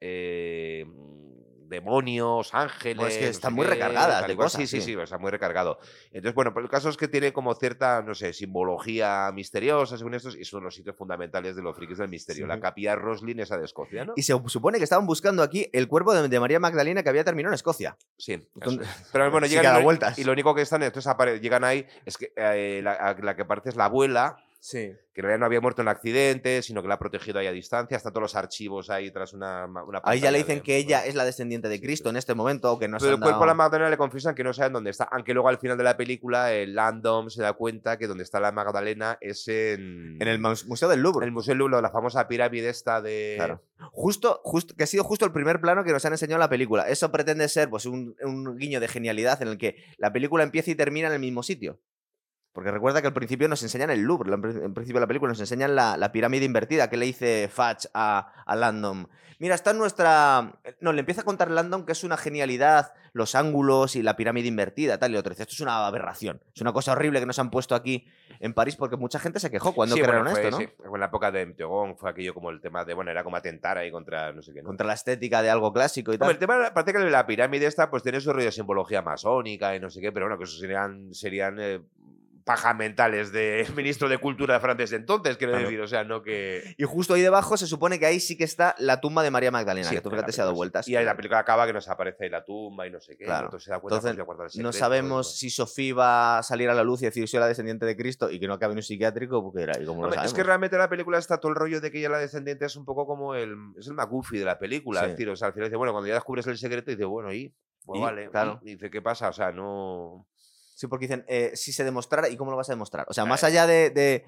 Demonios,
Bueno, es que
ángeles, no
están
sé
muy
qué,
recargadas
tal
de
y cual.
cosas,
Sí,
sí.
está muy recargado. Entonces, bueno, pues el caso es que tiene como cierta, no sé, simbología misteriosa, según estos, y son los sitios fundamentales de los frikis del misterio. La
Sí.
capilla Roslin, esa de Escocia, ¿no?
Y se supone que estaban buscando aquí el cuerpo de María Magdalena que había terminado en Escocia.
Sí, eso
Donde-
es. Pero bueno,
Sí que da
llegan
vueltas.
y lo único que están, entonces llegan ahí, es que la que parece es la abuela,
Sí.
que en realidad no había muerto en el accidente, sino que la ha protegido ahí a distancia. Están todos los archivos ahí tras una
Ahí ya le
pantalla
dicen
de.
que ella es la descendiente de
Sí,
Cristo en este momento, aunque no se
Pero
han
el cuerpo de la
dado...
Magdalena le confiesan que no saben dónde está. Aunque luego al final de la película, el Landom se da cuenta que donde está la Magdalena es
En el
en
Museo del Louvre.
el Museo del Louvre, la famosa pirámide esta de.
Claro. Justo, que ha sido justo el primer plano que nos han enseñado en la película. Eso pretende ser pues, un guiño de genialidad en el que la película empieza y termina en el mismo sitio. Porque recuerda que al principio nos enseñan el Louvre, en principio de la película nos enseñan la pirámide invertida que le dice Fudge a Landon. Mira, está en nuestra... No, le empieza a contar Landon que es una genialidad, los ángulos y la pirámide invertida, tal, y otro dice, esto es una aberración, es una cosa horrible que nos han puesto aquí en París porque mucha gente se quejó cuando
Sí,
crearon
bueno, fue,
esto, ¿no?
sí, en la época de Mteogón fue aquello como el tema de, bueno, era como atentar ahí contra no sé qué, ¿no?
Contra la estética de algo clásico y
Hombre,
tal.
el tema parece que la pirámide esta pues tiene su rollo de simbología masónica y no sé qué, pero bueno, que eso serían paja mentales del ministro de Cultura francés de entonces, quiero
Claro.
decir, o sea, no que.
Y justo ahí debajo se supone que ahí sí que está la tumba de María Magdalena,
Sí,
que tú
en la
fíjate se ha dado
película, sí.
vueltas.
Y ahí la película acaba que nos aparece ahí la tumba y no sé qué,
Claro.
y entonces se da cuenta
Entonces,
porque guardar el secreto.
no
y
sabemos
demás.
si Sofía va a salir a la luz y decir soy la descendiente de Cristo y que no cabe en un psiquiátrico, porque era, y como lo
Hombre,
sabemos.
es que realmente la película está todo el rollo de que ella la descendiente es un poco como el McGuffey de la película.
Sí.
Es decir, o sea, al final dice, bueno, cuando ya descubres el secreto, dice, bueno, pues
Y,
vale.
claro.
Y dice, ¿qué pasa? O sea, no.
Sí, porque dicen, si se demostrara, ¿y cómo lo vas a demostrar? O sea, más allá de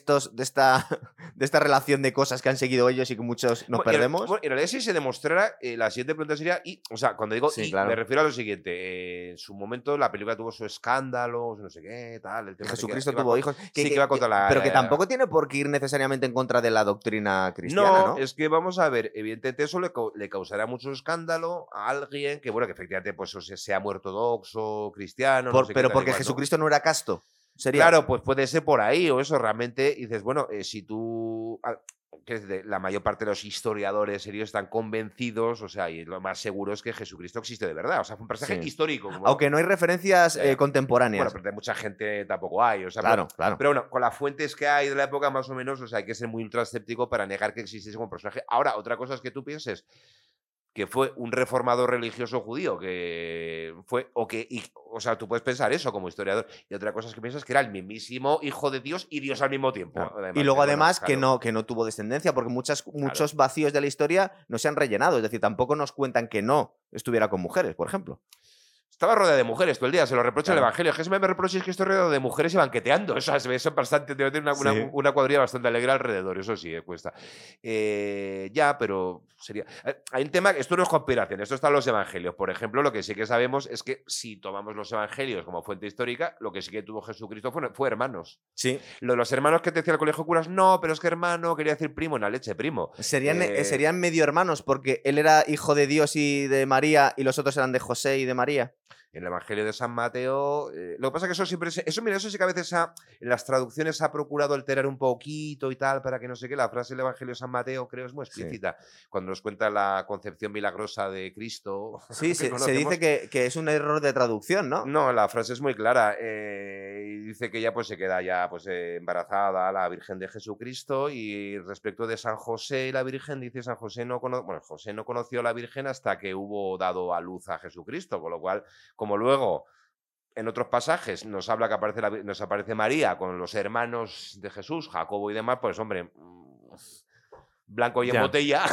esta relación de cosas que han seguido ellos y que muchos nos perdemos.
En realidad, si se demostrara, la siguiente pregunta sería, o sea, cuando digo
Sí,
y,
claro.
me refiero a lo siguiente. En su momento la película tuvo su escándalo, no sé qué, tal. El tema de que
Jesucristo
iba
tuvo hijos.
Sí, que iba contra la.
Pero que tampoco tiene por qué ir necesariamente en contra de la doctrina cristiana,
No,
¿no?
es que vamos a ver, evidentemente eso le causará mucho escándalo a alguien que, bueno, que efectivamente pues sea muy ortodoxo, cristiano, no sé qué,
Pero
tal
porque
igual, ¿no?
Jesucristo no era casto. Sería.
Claro, pues puede ser por ahí o eso, realmente dices, bueno, si tú. La mayor parte de los historiadores serios están convencidos, o sea, y lo más seguro es que Jesucristo existe de verdad, o sea, fue un personaje
Sí.
histórico.
Aunque no hay referencias
Ya, ya.
contemporáneas.
Bueno, pero de mucha gente tampoco hay, o sea,
Claro, claro.
pero bueno, con las fuentes que hay de la época más o menos, o sea, hay que ser muy ultra escéptico para negar que existiese como personaje. Ahora, otra cosa es que tú pienses que fue un reformador religioso judío, que fue, o sea, tú puedes pensar eso como historiador, y otra cosa es que piensas que era el mismísimo hijo de Dios y Dios al mismo tiempo.
Claro.
Además,
Y luego
bueno,
además
claro.
que no tuvo descendencia, porque muchos vacíos de la historia no se han rellenado. Es decir, tampoco nos cuentan que no estuviera con mujeres, por ejemplo.
Estaba rodeado de mujeres todo el día, se lo reprocha el
Claro.
Evangelio. Es que me reproches que estoy rodeado de mujeres y banqueteando. Eso es bastante, debe tener
Sí.
una cuadrilla bastante alegre alrededor, eso sí, cuesta. Ya, pero sería. Hay un tema, esto no es conspiración, esto está en los Evangelios. Por ejemplo, lo que sí que sabemos es que si tomamos los Evangelios como fuente histórica, lo que sí que tuvo Jesucristo fue hermanos.
Sí.
Lo de los hermanos que te decía el colegio de curas, no, pero es que hermano quería decir primo en la leche, primo.
Serían medio hermanos, porque él era hijo de Dios y de María, y los otros eran de José y de María.
En el Evangelio de San Mateo. Lo que pasa es que eso siempre. Mira, eso sí que a veces en las traducciones se ha procurado alterar un poquito y tal, para que no sé qué. La frase del Evangelio de San Mateo, creo, es muy explícita. Sí. Cuando nos cuenta la concepción milagrosa de Cristo.
Sí, se dice que es un error de traducción, ¿no?
No, la frase es muy clara. Y dice que ella pues se queda ya pues embarazada, la Virgen de Jesucristo. Y respecto de San José y la Virgen, dice San José José no conoció a la Virgen hasta que hubo dado a luz a Jesucristo, con lo cual. Como luego, en otros pasajes, nos habla que nos aparece María con los hermanos de Jesús, Jacobo y demás, pues hombre, blanco y en botella.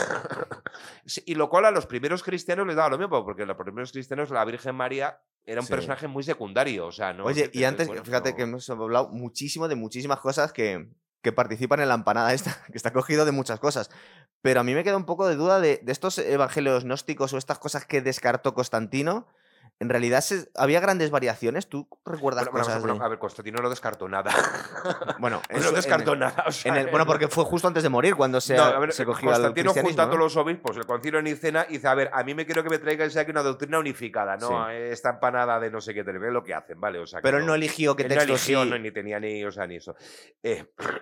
Y lo cual a los primeros cristianos les daba lo mismo, porque a los primeros cristianos la Virgen María era un personaje muy secundario. O sea, no.
Oye, y antes, fíjate que hemos hablado muchísimo de muchísimas cosas que participan en la empanada esta, que está cogido de muchas cosas. Pero a mí me queda un poco de duda de estos evangelios gnósticos o estas cosas que descartó Constantino. en realidad había grandes variaciones. ¿Tú recuerdas
Bueno,
cosas de...?
a ver, Constantino no descartó nada.
Bueno,
No
eso
descartó nada. O sea,
bueno, porque fue justo antes de morir cuando
no, a ver,
se cogió al
Constantino junta
cristianismo,
a todos
¿no?
los obispos, el concilio de Nicena, y dice, a ver, a mí me quiero que me traigáis aquí una doctrina unificada, ¿no?
Sí.
Esta empanada de no sé qué, es lo que hacen, ¿vale? O sea, que
Pero él no
no...
eligió qué
Él no
textos
eligió,
sí...
no, ni tenía ni, o sea, ni eso. Eh,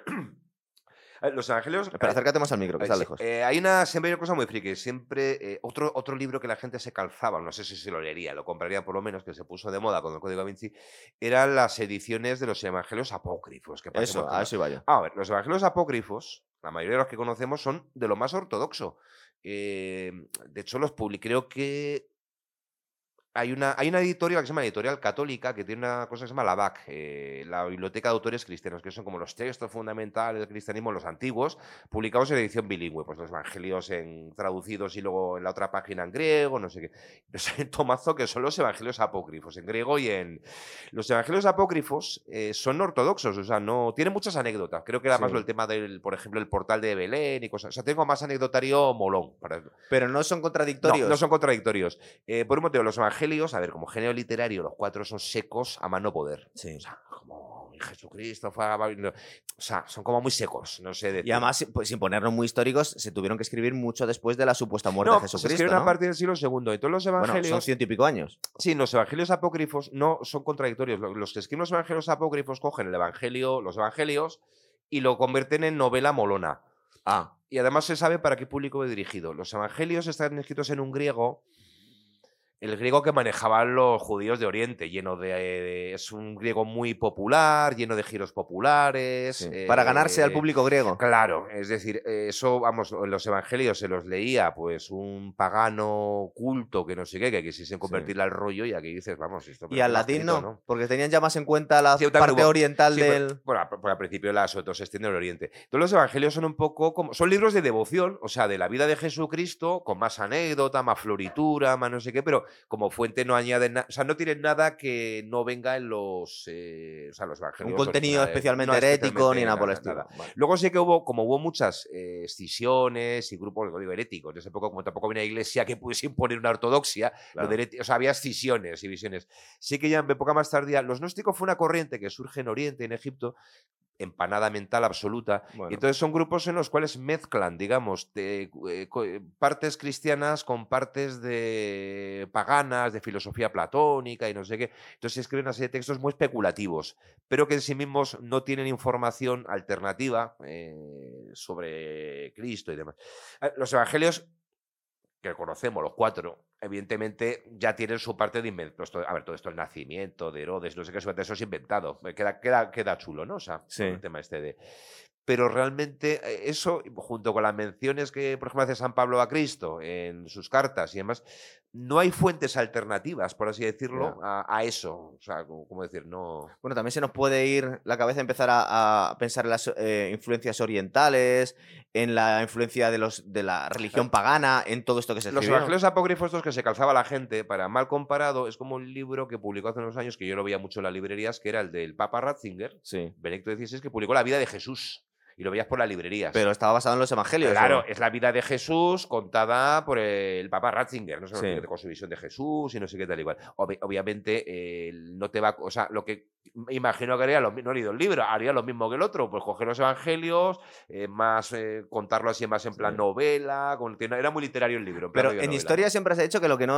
los evangelios...
Espera, acércate más al micro, que está
sí,
lejos.
siempre hay una cosa muy friki. Siempre, otro libro que la gente se calzaba, no sé si se lo leería, lo compraría por lo menos, que se puso de moda con el Código Da Vinci, eran las ediciones de los evangelios apócrifos. Que parece
Eso, a eso iba yo.
a ver, los evangelios apócrifos, la mayoría de los que conocemos, son de lo más ortodoxo. De hecho, creo que hay una editorial que se llama Editorial Católica, que tiene una cosa que se llama la BAC, la Biblioteca de Autores Cristianos, que son como los textos fundamentales del cristianismo, los antiguos, publicados en edición bilingüe, pues los evangelios traducidos y luego en la otra página en griego, no sé qué. Entonces hay un tomazo que son los evangelios apócrifos, en griego y en... Los evangelios apócrifos son ortodoxos, o sea, no tienen muchas anécdotas. Creo que era más
Sí.
el tema del, por ejemplo, el portal de Belén y cosas. O sea, tengo más anecdotario molón.
Pero no son contradictorios.
No son contradictorios. Por un motivo, los evangelios, a ver, como género literario, los cuatro son secos a más no poder.
Sí.
O sea, como Jesucristo fue a... O sea, son como muy secos, no sé decir.
Y además, pues, sin ponernos muy históricos, se tuvieron que escribir mucho después de la supuesta muerte de
Se
Jesucristo,
escriben
¿no?
a partir del siglo II. Y todos los
Bueno,
evangelios...
son 100 y pico años.
Sí, los evangelios apócrifos no son contradictorios. Los que escriben los evangelios apócrifos cogen los evangelios, y lo convierten en novela molona.
Ah.
Y además se sabe para qué público va dirigido. Los evangelios están escritos en un griego, el griego que manejaban los judíos de Oriente, es un griego muy popular, lleno de giros populares.
Sí. Para ganarse al público griego.
Claro, es decir, eso, vamos, en los evangelios se los leía pues un pagano culto que no sé qué, que quisiesen convertirle al rollo, y aquí dices, vamos, esto...
Y al latín no, porque tenían ya más en cuenta la
Sí,
parte oriental
sí,
del...
Bueno, al principio sobre todo se extiende en el Oriente. Todos los evangelios son un poco como... Son libros de devoción, o sea, de la vida de Jesucristo, con más anécdota, más floritura, más no sé qué, pero como fuente no añaden nada, o sea, no tienen nada que no venga en los evangelios.
Un contenido
originales.
especialmente
No,
herético ni nada por el estilo.
nada.
Vale.
Luego sí que hubo muchas escisiones y grupos, digo, heréticos. En ese época, como tampoco había una iglesia que pudiese imponer una ortodoxia,
Claro.
o sea, había escisiones y visiones. Sí que ya en época más tardía, los gnósticos fue una corriente que surge en Oriente, en Egipto, empanada mental absoluta.
Bueno.
Y entonces son grupos en los cuales mezclan, digamos, partes cristianas con partes de paganas, de filosofía platónica y no sé qué. Entonces escriben una serie de textos muy especulativos, pero que en sí mismos no tienen información alternativa sobre Cristo y demás. Los evangelios que conocemos, los cuatro, evidentemente ya tienen su parte de invento. A ver, todo esto, el nacimiento de Herodes, no sé qué, eso es inventado. Queda chulo, ¿no? O sea,
Sí.
el tema este de... Pero realmente eso, junto con las menciones que, por ejemplo, hace San Pablo a Cristo en sus cartas y demás, no hay fuentes alternativas, por así decirlo, a eso. O sea, como decir, no...
Bueno, también se nos puede ir la cabeza empezar a pensar en las influencias orientales, en la influencia de la religión pagana, en todo esto que se
Los
escribió.
evangelios apócrifos estos que se calzaba la gente, para mal comparado, es como un libro que publicó hace unos años, que yo lo veía mucho en las librerías, que era el del Papa Ratzinger,
Sí.
Benedicto XVI, que publicó la vida de Jesús. Y lo veías por las librerías.
Pero estaba basado en los evangelios.
Claro,
¿o?
es la vida de Jesús contada por el Papa Ratzinger, no sé,
Sí.
con su visión de Jesús y no sé qué tal igual. Obviamente, no te va... O sea, lo que imagino que haría, no he leído el libro, haría lo mismo que el otro, pues coger los evangelios, contarlo así más en plan novela, era muy literario el libro.
Pero en historia siempre se ha dicho que lo que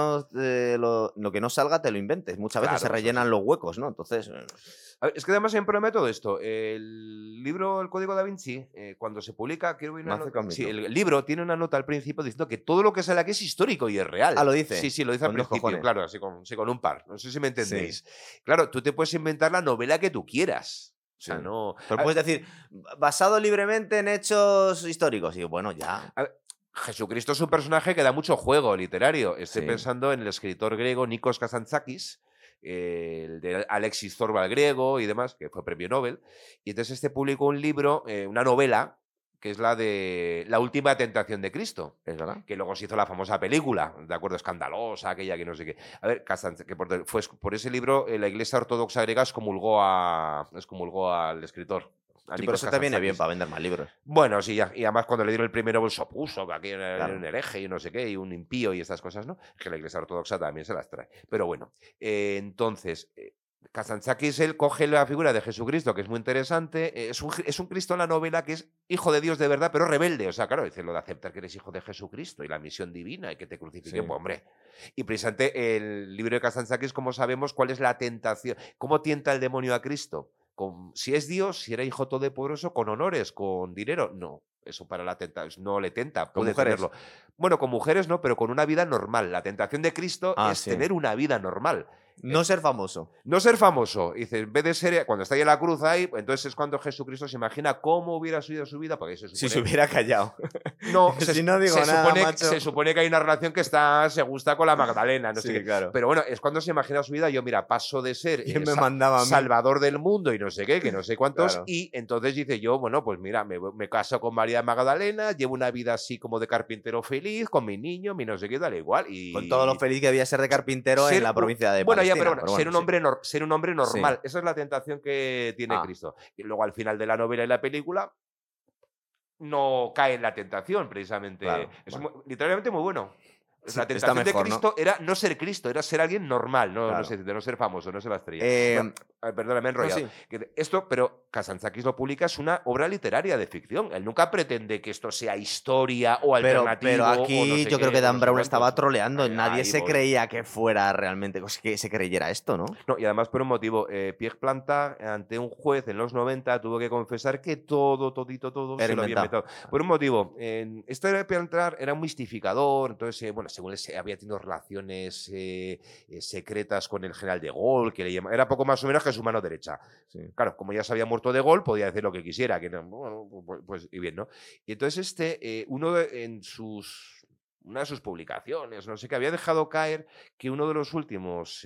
no salga te lo inventes. Muchas veces se rellenan los huecos, ¿no? Entonces...
A ver, es que además siempre me todo esto. El libro El Código Da Vinci, cuando se publica, el libro tiene una nota al principio diciendo que todo lo que sale aquí es histórico y es real.
Ah, lo dice.
Sí, lo dice al principio, claro, así con un par. No sé si me entendéis.
Sí.
Claro, tú te puedes inventar la novela que tú quieras. O sea, no.
Pero puedes decir, basado libremente en hechos históricos. Y bueno, ya.
Jesucristo es un personaje que da mucho juego literario. Estoy pensando en el escritor griego Nikos Kazantzakis, el de Alexis Zorba griego y demás, que fue premio Nobel. Y entonces publicó un libro, una novela, que es la de La última tentación de Cristo.
Es verdad.
Que luego se hizo la famosa película, de acuerdo, escandalosa, aquella que no sé qué. A ver, que por ese libro la Iglesia Ortodoxa griega excomulgó al escritor.
Sí, pero eso te viene bien para vender más libros.
Bueno, sí, y además cuando le dieron el primero pues, se opuso, que aquí era
Claro.
un hereje y no sé qué, y un impío y estas cosas, ¿no? Es que la Iglesia Ortodoxa también se las trae. Pero bueno, entonces, Kazantzakis, él coge la figura de Jesucristo, que es muy interesante. Es un Cristo en la novela que es hijo de Dios de verdad, pero rebelde. O sea, claro, dice lo de aceptar que eres hijo de Jesucristo y la misión divina y que te crucifiquen,
Sí.
pues hombre. Y precisamente el libro de Kazantzakis, como sabemos, cuál es la tentación, cómo tienta el demonio a Cristo. Si es Dios, si era hijo todopoderoso, con honores, con dinero, no. Eso para la tentación no le tenta,
¿Con
puede
mujeres?
tenerlo. Bueno, con mujeres no, pero con una vida normal. La tentación de Cristo es
Sí.
tener una vida normal.
No ser famoso.
No ser famoso. Dice, en vez de ser, cuando está ahí en la cruz ahí, entonces es cuando Jesucristo se imagina cómo hubiera sido su vida, porque se supone...
Si se hubiera callado.
No,
si no digo nada, macho.
se supone que hay una relación que se gusta con la Magdalena, no sé
Sí,
qué.
claro.
Pero bueno, es cuando se imagina su vida, yo mira, paso de ser
¿Quién me mandaba a mí?
salvador del mundo y no sé qué, que no sé cuántos,
Claro.
y entonces dice yo, bueno, pues mira, me caso con María Magdalena, llevo una vida así como de carpintero feliz, con mi niño, mi no sé qué, tal igual. Y...
Con todo lo feliz que debía ser de carpintero en la provincia de
Bueno,
Palestina.
ya, pero bueno, ser un hombre normal.
Sí.
Esa es la tentación que tiene Cristo. Y luego al final de la novela y la película no cae en la tentación, precisamente.
Claro,
Es literalmente muy bueno.
Sí,
la tentación
mejor,
de Cristo era no ser Cristo, era ser alguien normal, no,
Claro.
no, sé, de no ser famoso, no ser la estrella. Bueno, perdona, me he enrollado.
sí.
Esto, pero Kazantzakis lo publica, es una obra literaria de ficción. Él nunca pretende que esto sea historia o alternativo.
Pero aquí
o no sé
yo creo
qué,
que Dan
no sé
Brown
cuántos.
estaba troleando. Nadie
Ahí
se
voy.
creía que fuera realmente, que se creyera esto, ¿no?
No, y además por un motivo, Pierre Plantard, ante un juez en los 90, tuvo que confesar que todo
Era
se lo había
inventado.
inventado. Por un motivo, este de Plantard era un mistificador, entonces, bueno, según él había tenido relaciones secretas con el general de Gaulle, que le era poco más o menos que su mano derecha.
Sí.
Claro, como ya se había muerto de Gaulle, podía decir lo que quisiera, que no, bueno, pues y bien, ¿no? Y entonces una de sus publicaciones, no sé qué, había dejado caer que uno de los últimos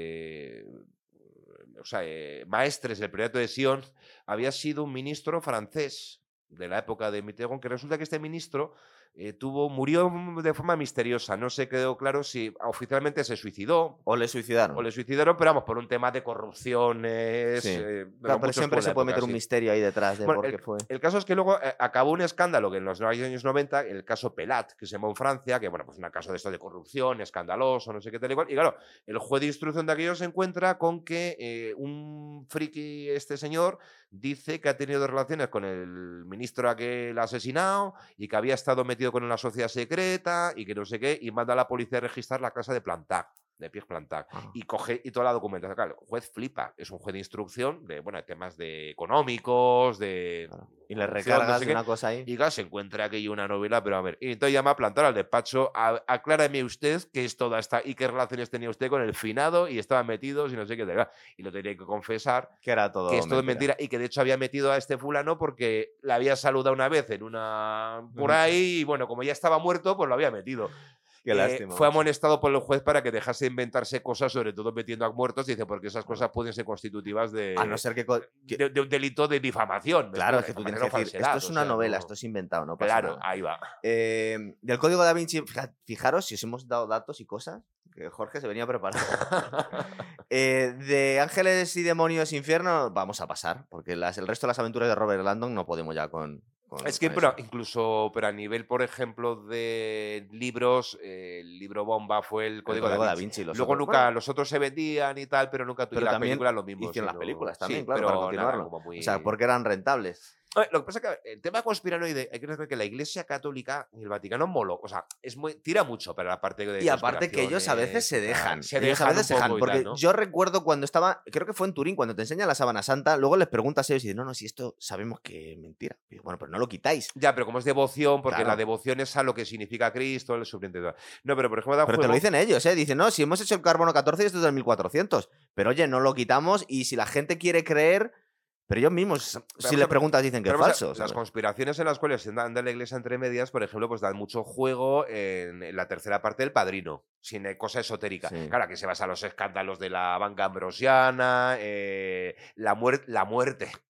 maestres del proyecto de Sion había sido un ministro francés de la época de Mitterrand, que resulta que este ministro murió de forma misteriosa. No se quedó claro si oficialmente se suicidó
O le suicidaron.
pero vamos, por un tema de corrupciones.
Sí.
Pero
pero siempre se puede meter un misterio ahí detrás de
Bueno,
por qué fue.
El caso es que luego acabó un escándalo que en los años 90, el caso Pelat, que se llamó en Francia, que bueno, pues un caso de esto de corrupción, escandaloso, no sé qué tal igual. Y claro, el juez de instrucción de aquello se encuentra con que un friki, este señor, dice que ha tenido relaciones con el ministro aquel asesinado y que había estado metido con una sociedad secreta y que no sé qué, y manda a la policía a registrar la casa de Plantard, de Pierre Plantard, y coge y toda la documentación. Claro, el juez flipa, es un juez de instrucción de, bueno, de temas de económicos, de...
Y le
corrupción,
recargas
no sé
de
qué,
una cosa ahí.
y claro, se encuentra aquello una novela, pero a ver, y entonces llama a Plantard al despacho, aclárame usted qué es toda esta, y qué relaciones tenía usted con el finado, y estaban metidos, y no sé qué, y lo tenía que confesar,
Que era todo
que es todo mentira, y que de hecho había metido a este fulano porque le había saludado una vez en una por ahí, y bueno, como ya estaba muerto, pues lo había metido.
Qué lástima.
Fue amonestado por el juez para que dejase de inventarse cosas, sobre todo metiendo a muertos, dice, porque esas cosas pueden ser constitutivas de,
A no ser que
de un delito de difamación.
Claro, es que tú tienes que decir, esto es una novela,
no...
esto es inventado, no pasa
Claro,
nada.
ahí va.
Del Código Da Vinci, fijaros si os hemos dado datos y cosas, que Jorge se venía preparado. De Ángeles y Demonios Infierno vamos a pasar, porque el resto de las aventuras de Robert Landon no podemos ya con
Es que,
con
pero
eso.
incluso, pero a nivel, por ejemplo, de libros, el libro bomba fue el Código
Código
Da
Da
Vinci.
Vinci, los
Luego
otros,
nunca,
bueno,
los otros se vendían y tal, pero nunca
pero
tuvieron las
también
películas lo mismo.
hicieron las películas también,
sí,
claro,
pero
para
nada,
continuarlo.
como muy...
O sea, porque eran rentables.
Lo que pasa es que el tema conspiranoide, hay que recordar que la Iglesia Católica y el Vaticano o sea, tira mucho para la parte de
Y aparte que ellos a veces se dejan. Ellos a veces se dejan. Porque yo recuerdo cuando estaba, creo que fue en Turín, cuando te enseñan la sábana santa, luego les preguntas a ellos y dicen, no, si esto sabemos que es mentira. Y, bueno, pero no lo quitáis.
Ya, pero como es devoción, porque
Claro.
la devoción es a lo que significa Cristo, el sufrimiento. No, pero por ejemplo,
Pero te lo dicen ellos, ¿eh? Dicen, no, si hemos hecho el carbono 14 y esto es del 1400. Pero oye, no lo quitamos y si la gente quiere creer... Pero ellos mismos, si les preguntas, dicen que es falso.
Las conspiraciones en las cuales se dan de la Iglesia entre medias, por ejemplo, pues dan mucho juego en la tercera parte del Padrino, sin cosa esotérica.
Sí.
Claro, que se basa en los escándalos de la banca ambrosiana, la muerte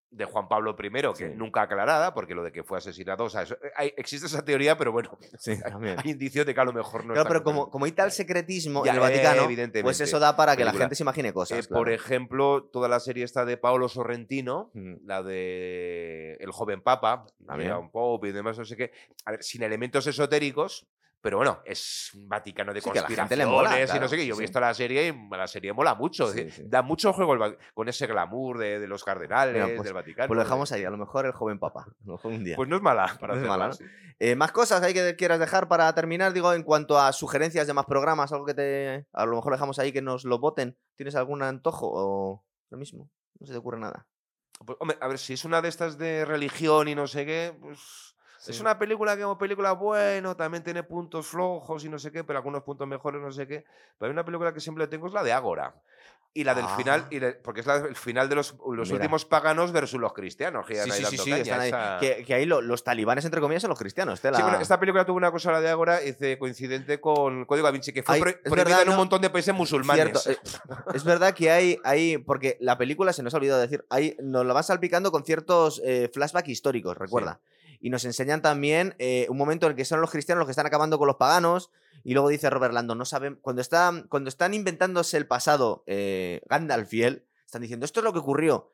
de Juan Pablo I, que
Sí.
nunca aclarada, porque lo de que fue asesinado, o sea, existe esa teoría, pero bueno,
Sí, también.
hay indicios de que a lo mejor no
Claro,
está
pero
totalmente.
como hay tal secretismo
Ya,
en el Vaticano, pues
evidentemente.
eso da para que la
Película.
gente se imagine cosas.
Por
claro.
ejemplo, toda la serie esta de Paolo Sorrentino,
Mm.
la de El joven papa,
También.
era un pope y demás, no sé qué. A ver, sin elementos esotéricos, pero bueno, es un Vaticano de
Sí, que a la gente
conspiraciones
le mola,
y no
claro,
sé qué.
sí,
Yo he
sí.
visto la serie y la serie mola mucho.
Sí, sí.
Da mucho juego con ese glamour de los cardenales,
Venga,
del Vaticano.
Pues lo dejamos ahí, a lo mejor el joven papa. A lo mejor un día.
Pues no es mala para
No es
hacerla,
mala, ¿no?
sí.
¿Más cosas ahí que quieras dejar para terminar? Digo, en cuanto a sugerencias de más programas, algo que te. A lo mejor dejamos ahí que nos lo voten. ¿Tienes algún antojo o lo mismo? No se te ocurre nada.
Pues, hombre, a ver, si es una de estas de religión y no sé qué, pues es
Sí.
una película que como película, bueno, también tiene puntos flojos y no sé qué, pero algunos puntos mejores, no sé qué. Pero hay una película que siempre tengo es la de Ágora. Y la del final,
Ah,
porque es el final de los
mira.
últimos paganos versus los cristianos, que ya
Sí,
ahí
sí, sí,
dando
sí,
caña.
están ahí.
Esa-
Que ahí los talibanes, entre comillas, son los cristianos.
Sí, bueno, esta película tuvo una cosa, la de Ágora, coincidente con Código Da Vinci, que fue
Es
prohibida
verdad,
en un
¿no?
montón de países musulmanes.
Cierto, es verdad que hay, porque la película, se nos ha olvidado decir, nos la van salpicando con ciertos flashbacks históricos, recuerda. Y nos enseñan también un momento en el que son los cristianos los que están acabando con los paganos. Y luego dice Robert Landon, no saben, cuando están inventándose el pasado, Gandalf y él, están diciendo, esto es lo que ocurrió.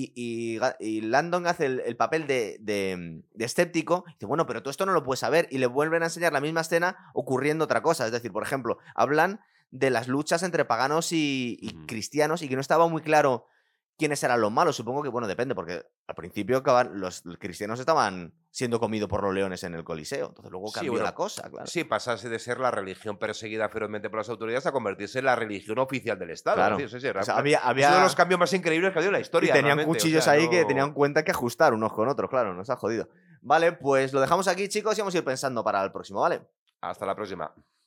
Y Landon hace el papel de escéptico. Y dice, bueno, pero todo esto no lo puedes saber. Y le vuelven a enseñar la misma escena ocurriendo otra cosa. Es decir, por ejemplo, hablan de las luchas entre paganos y
Ujú.
cristianos y que no estaba muy claro quiénes eran los malos. Supongo que, bueno, depende, porque al principio los cristianos estaban siendo comidos por los leones en el Coliseo. Entonces luego
Sí,
cambió
bueno,
la cosa, claro.
sí, pasase de ser la religión perseguida ferozmente por las autoridades a convertirse en la religión oficial del Estado.
Claro.
Es decir, sí,
O sea,
es uno de los cambios más increíbles que ha habido en la
Y
historia.
tenían
realmente, o
cuchillos
sea,
ahí que
no-
tenían cuenta que ajustar unos con otros, claro, nos ha jodido. Vale, pues lo dejamos aquí, chicos, y vamos a ir pensando para el próximo, ¿vale?
Hasta la próxima.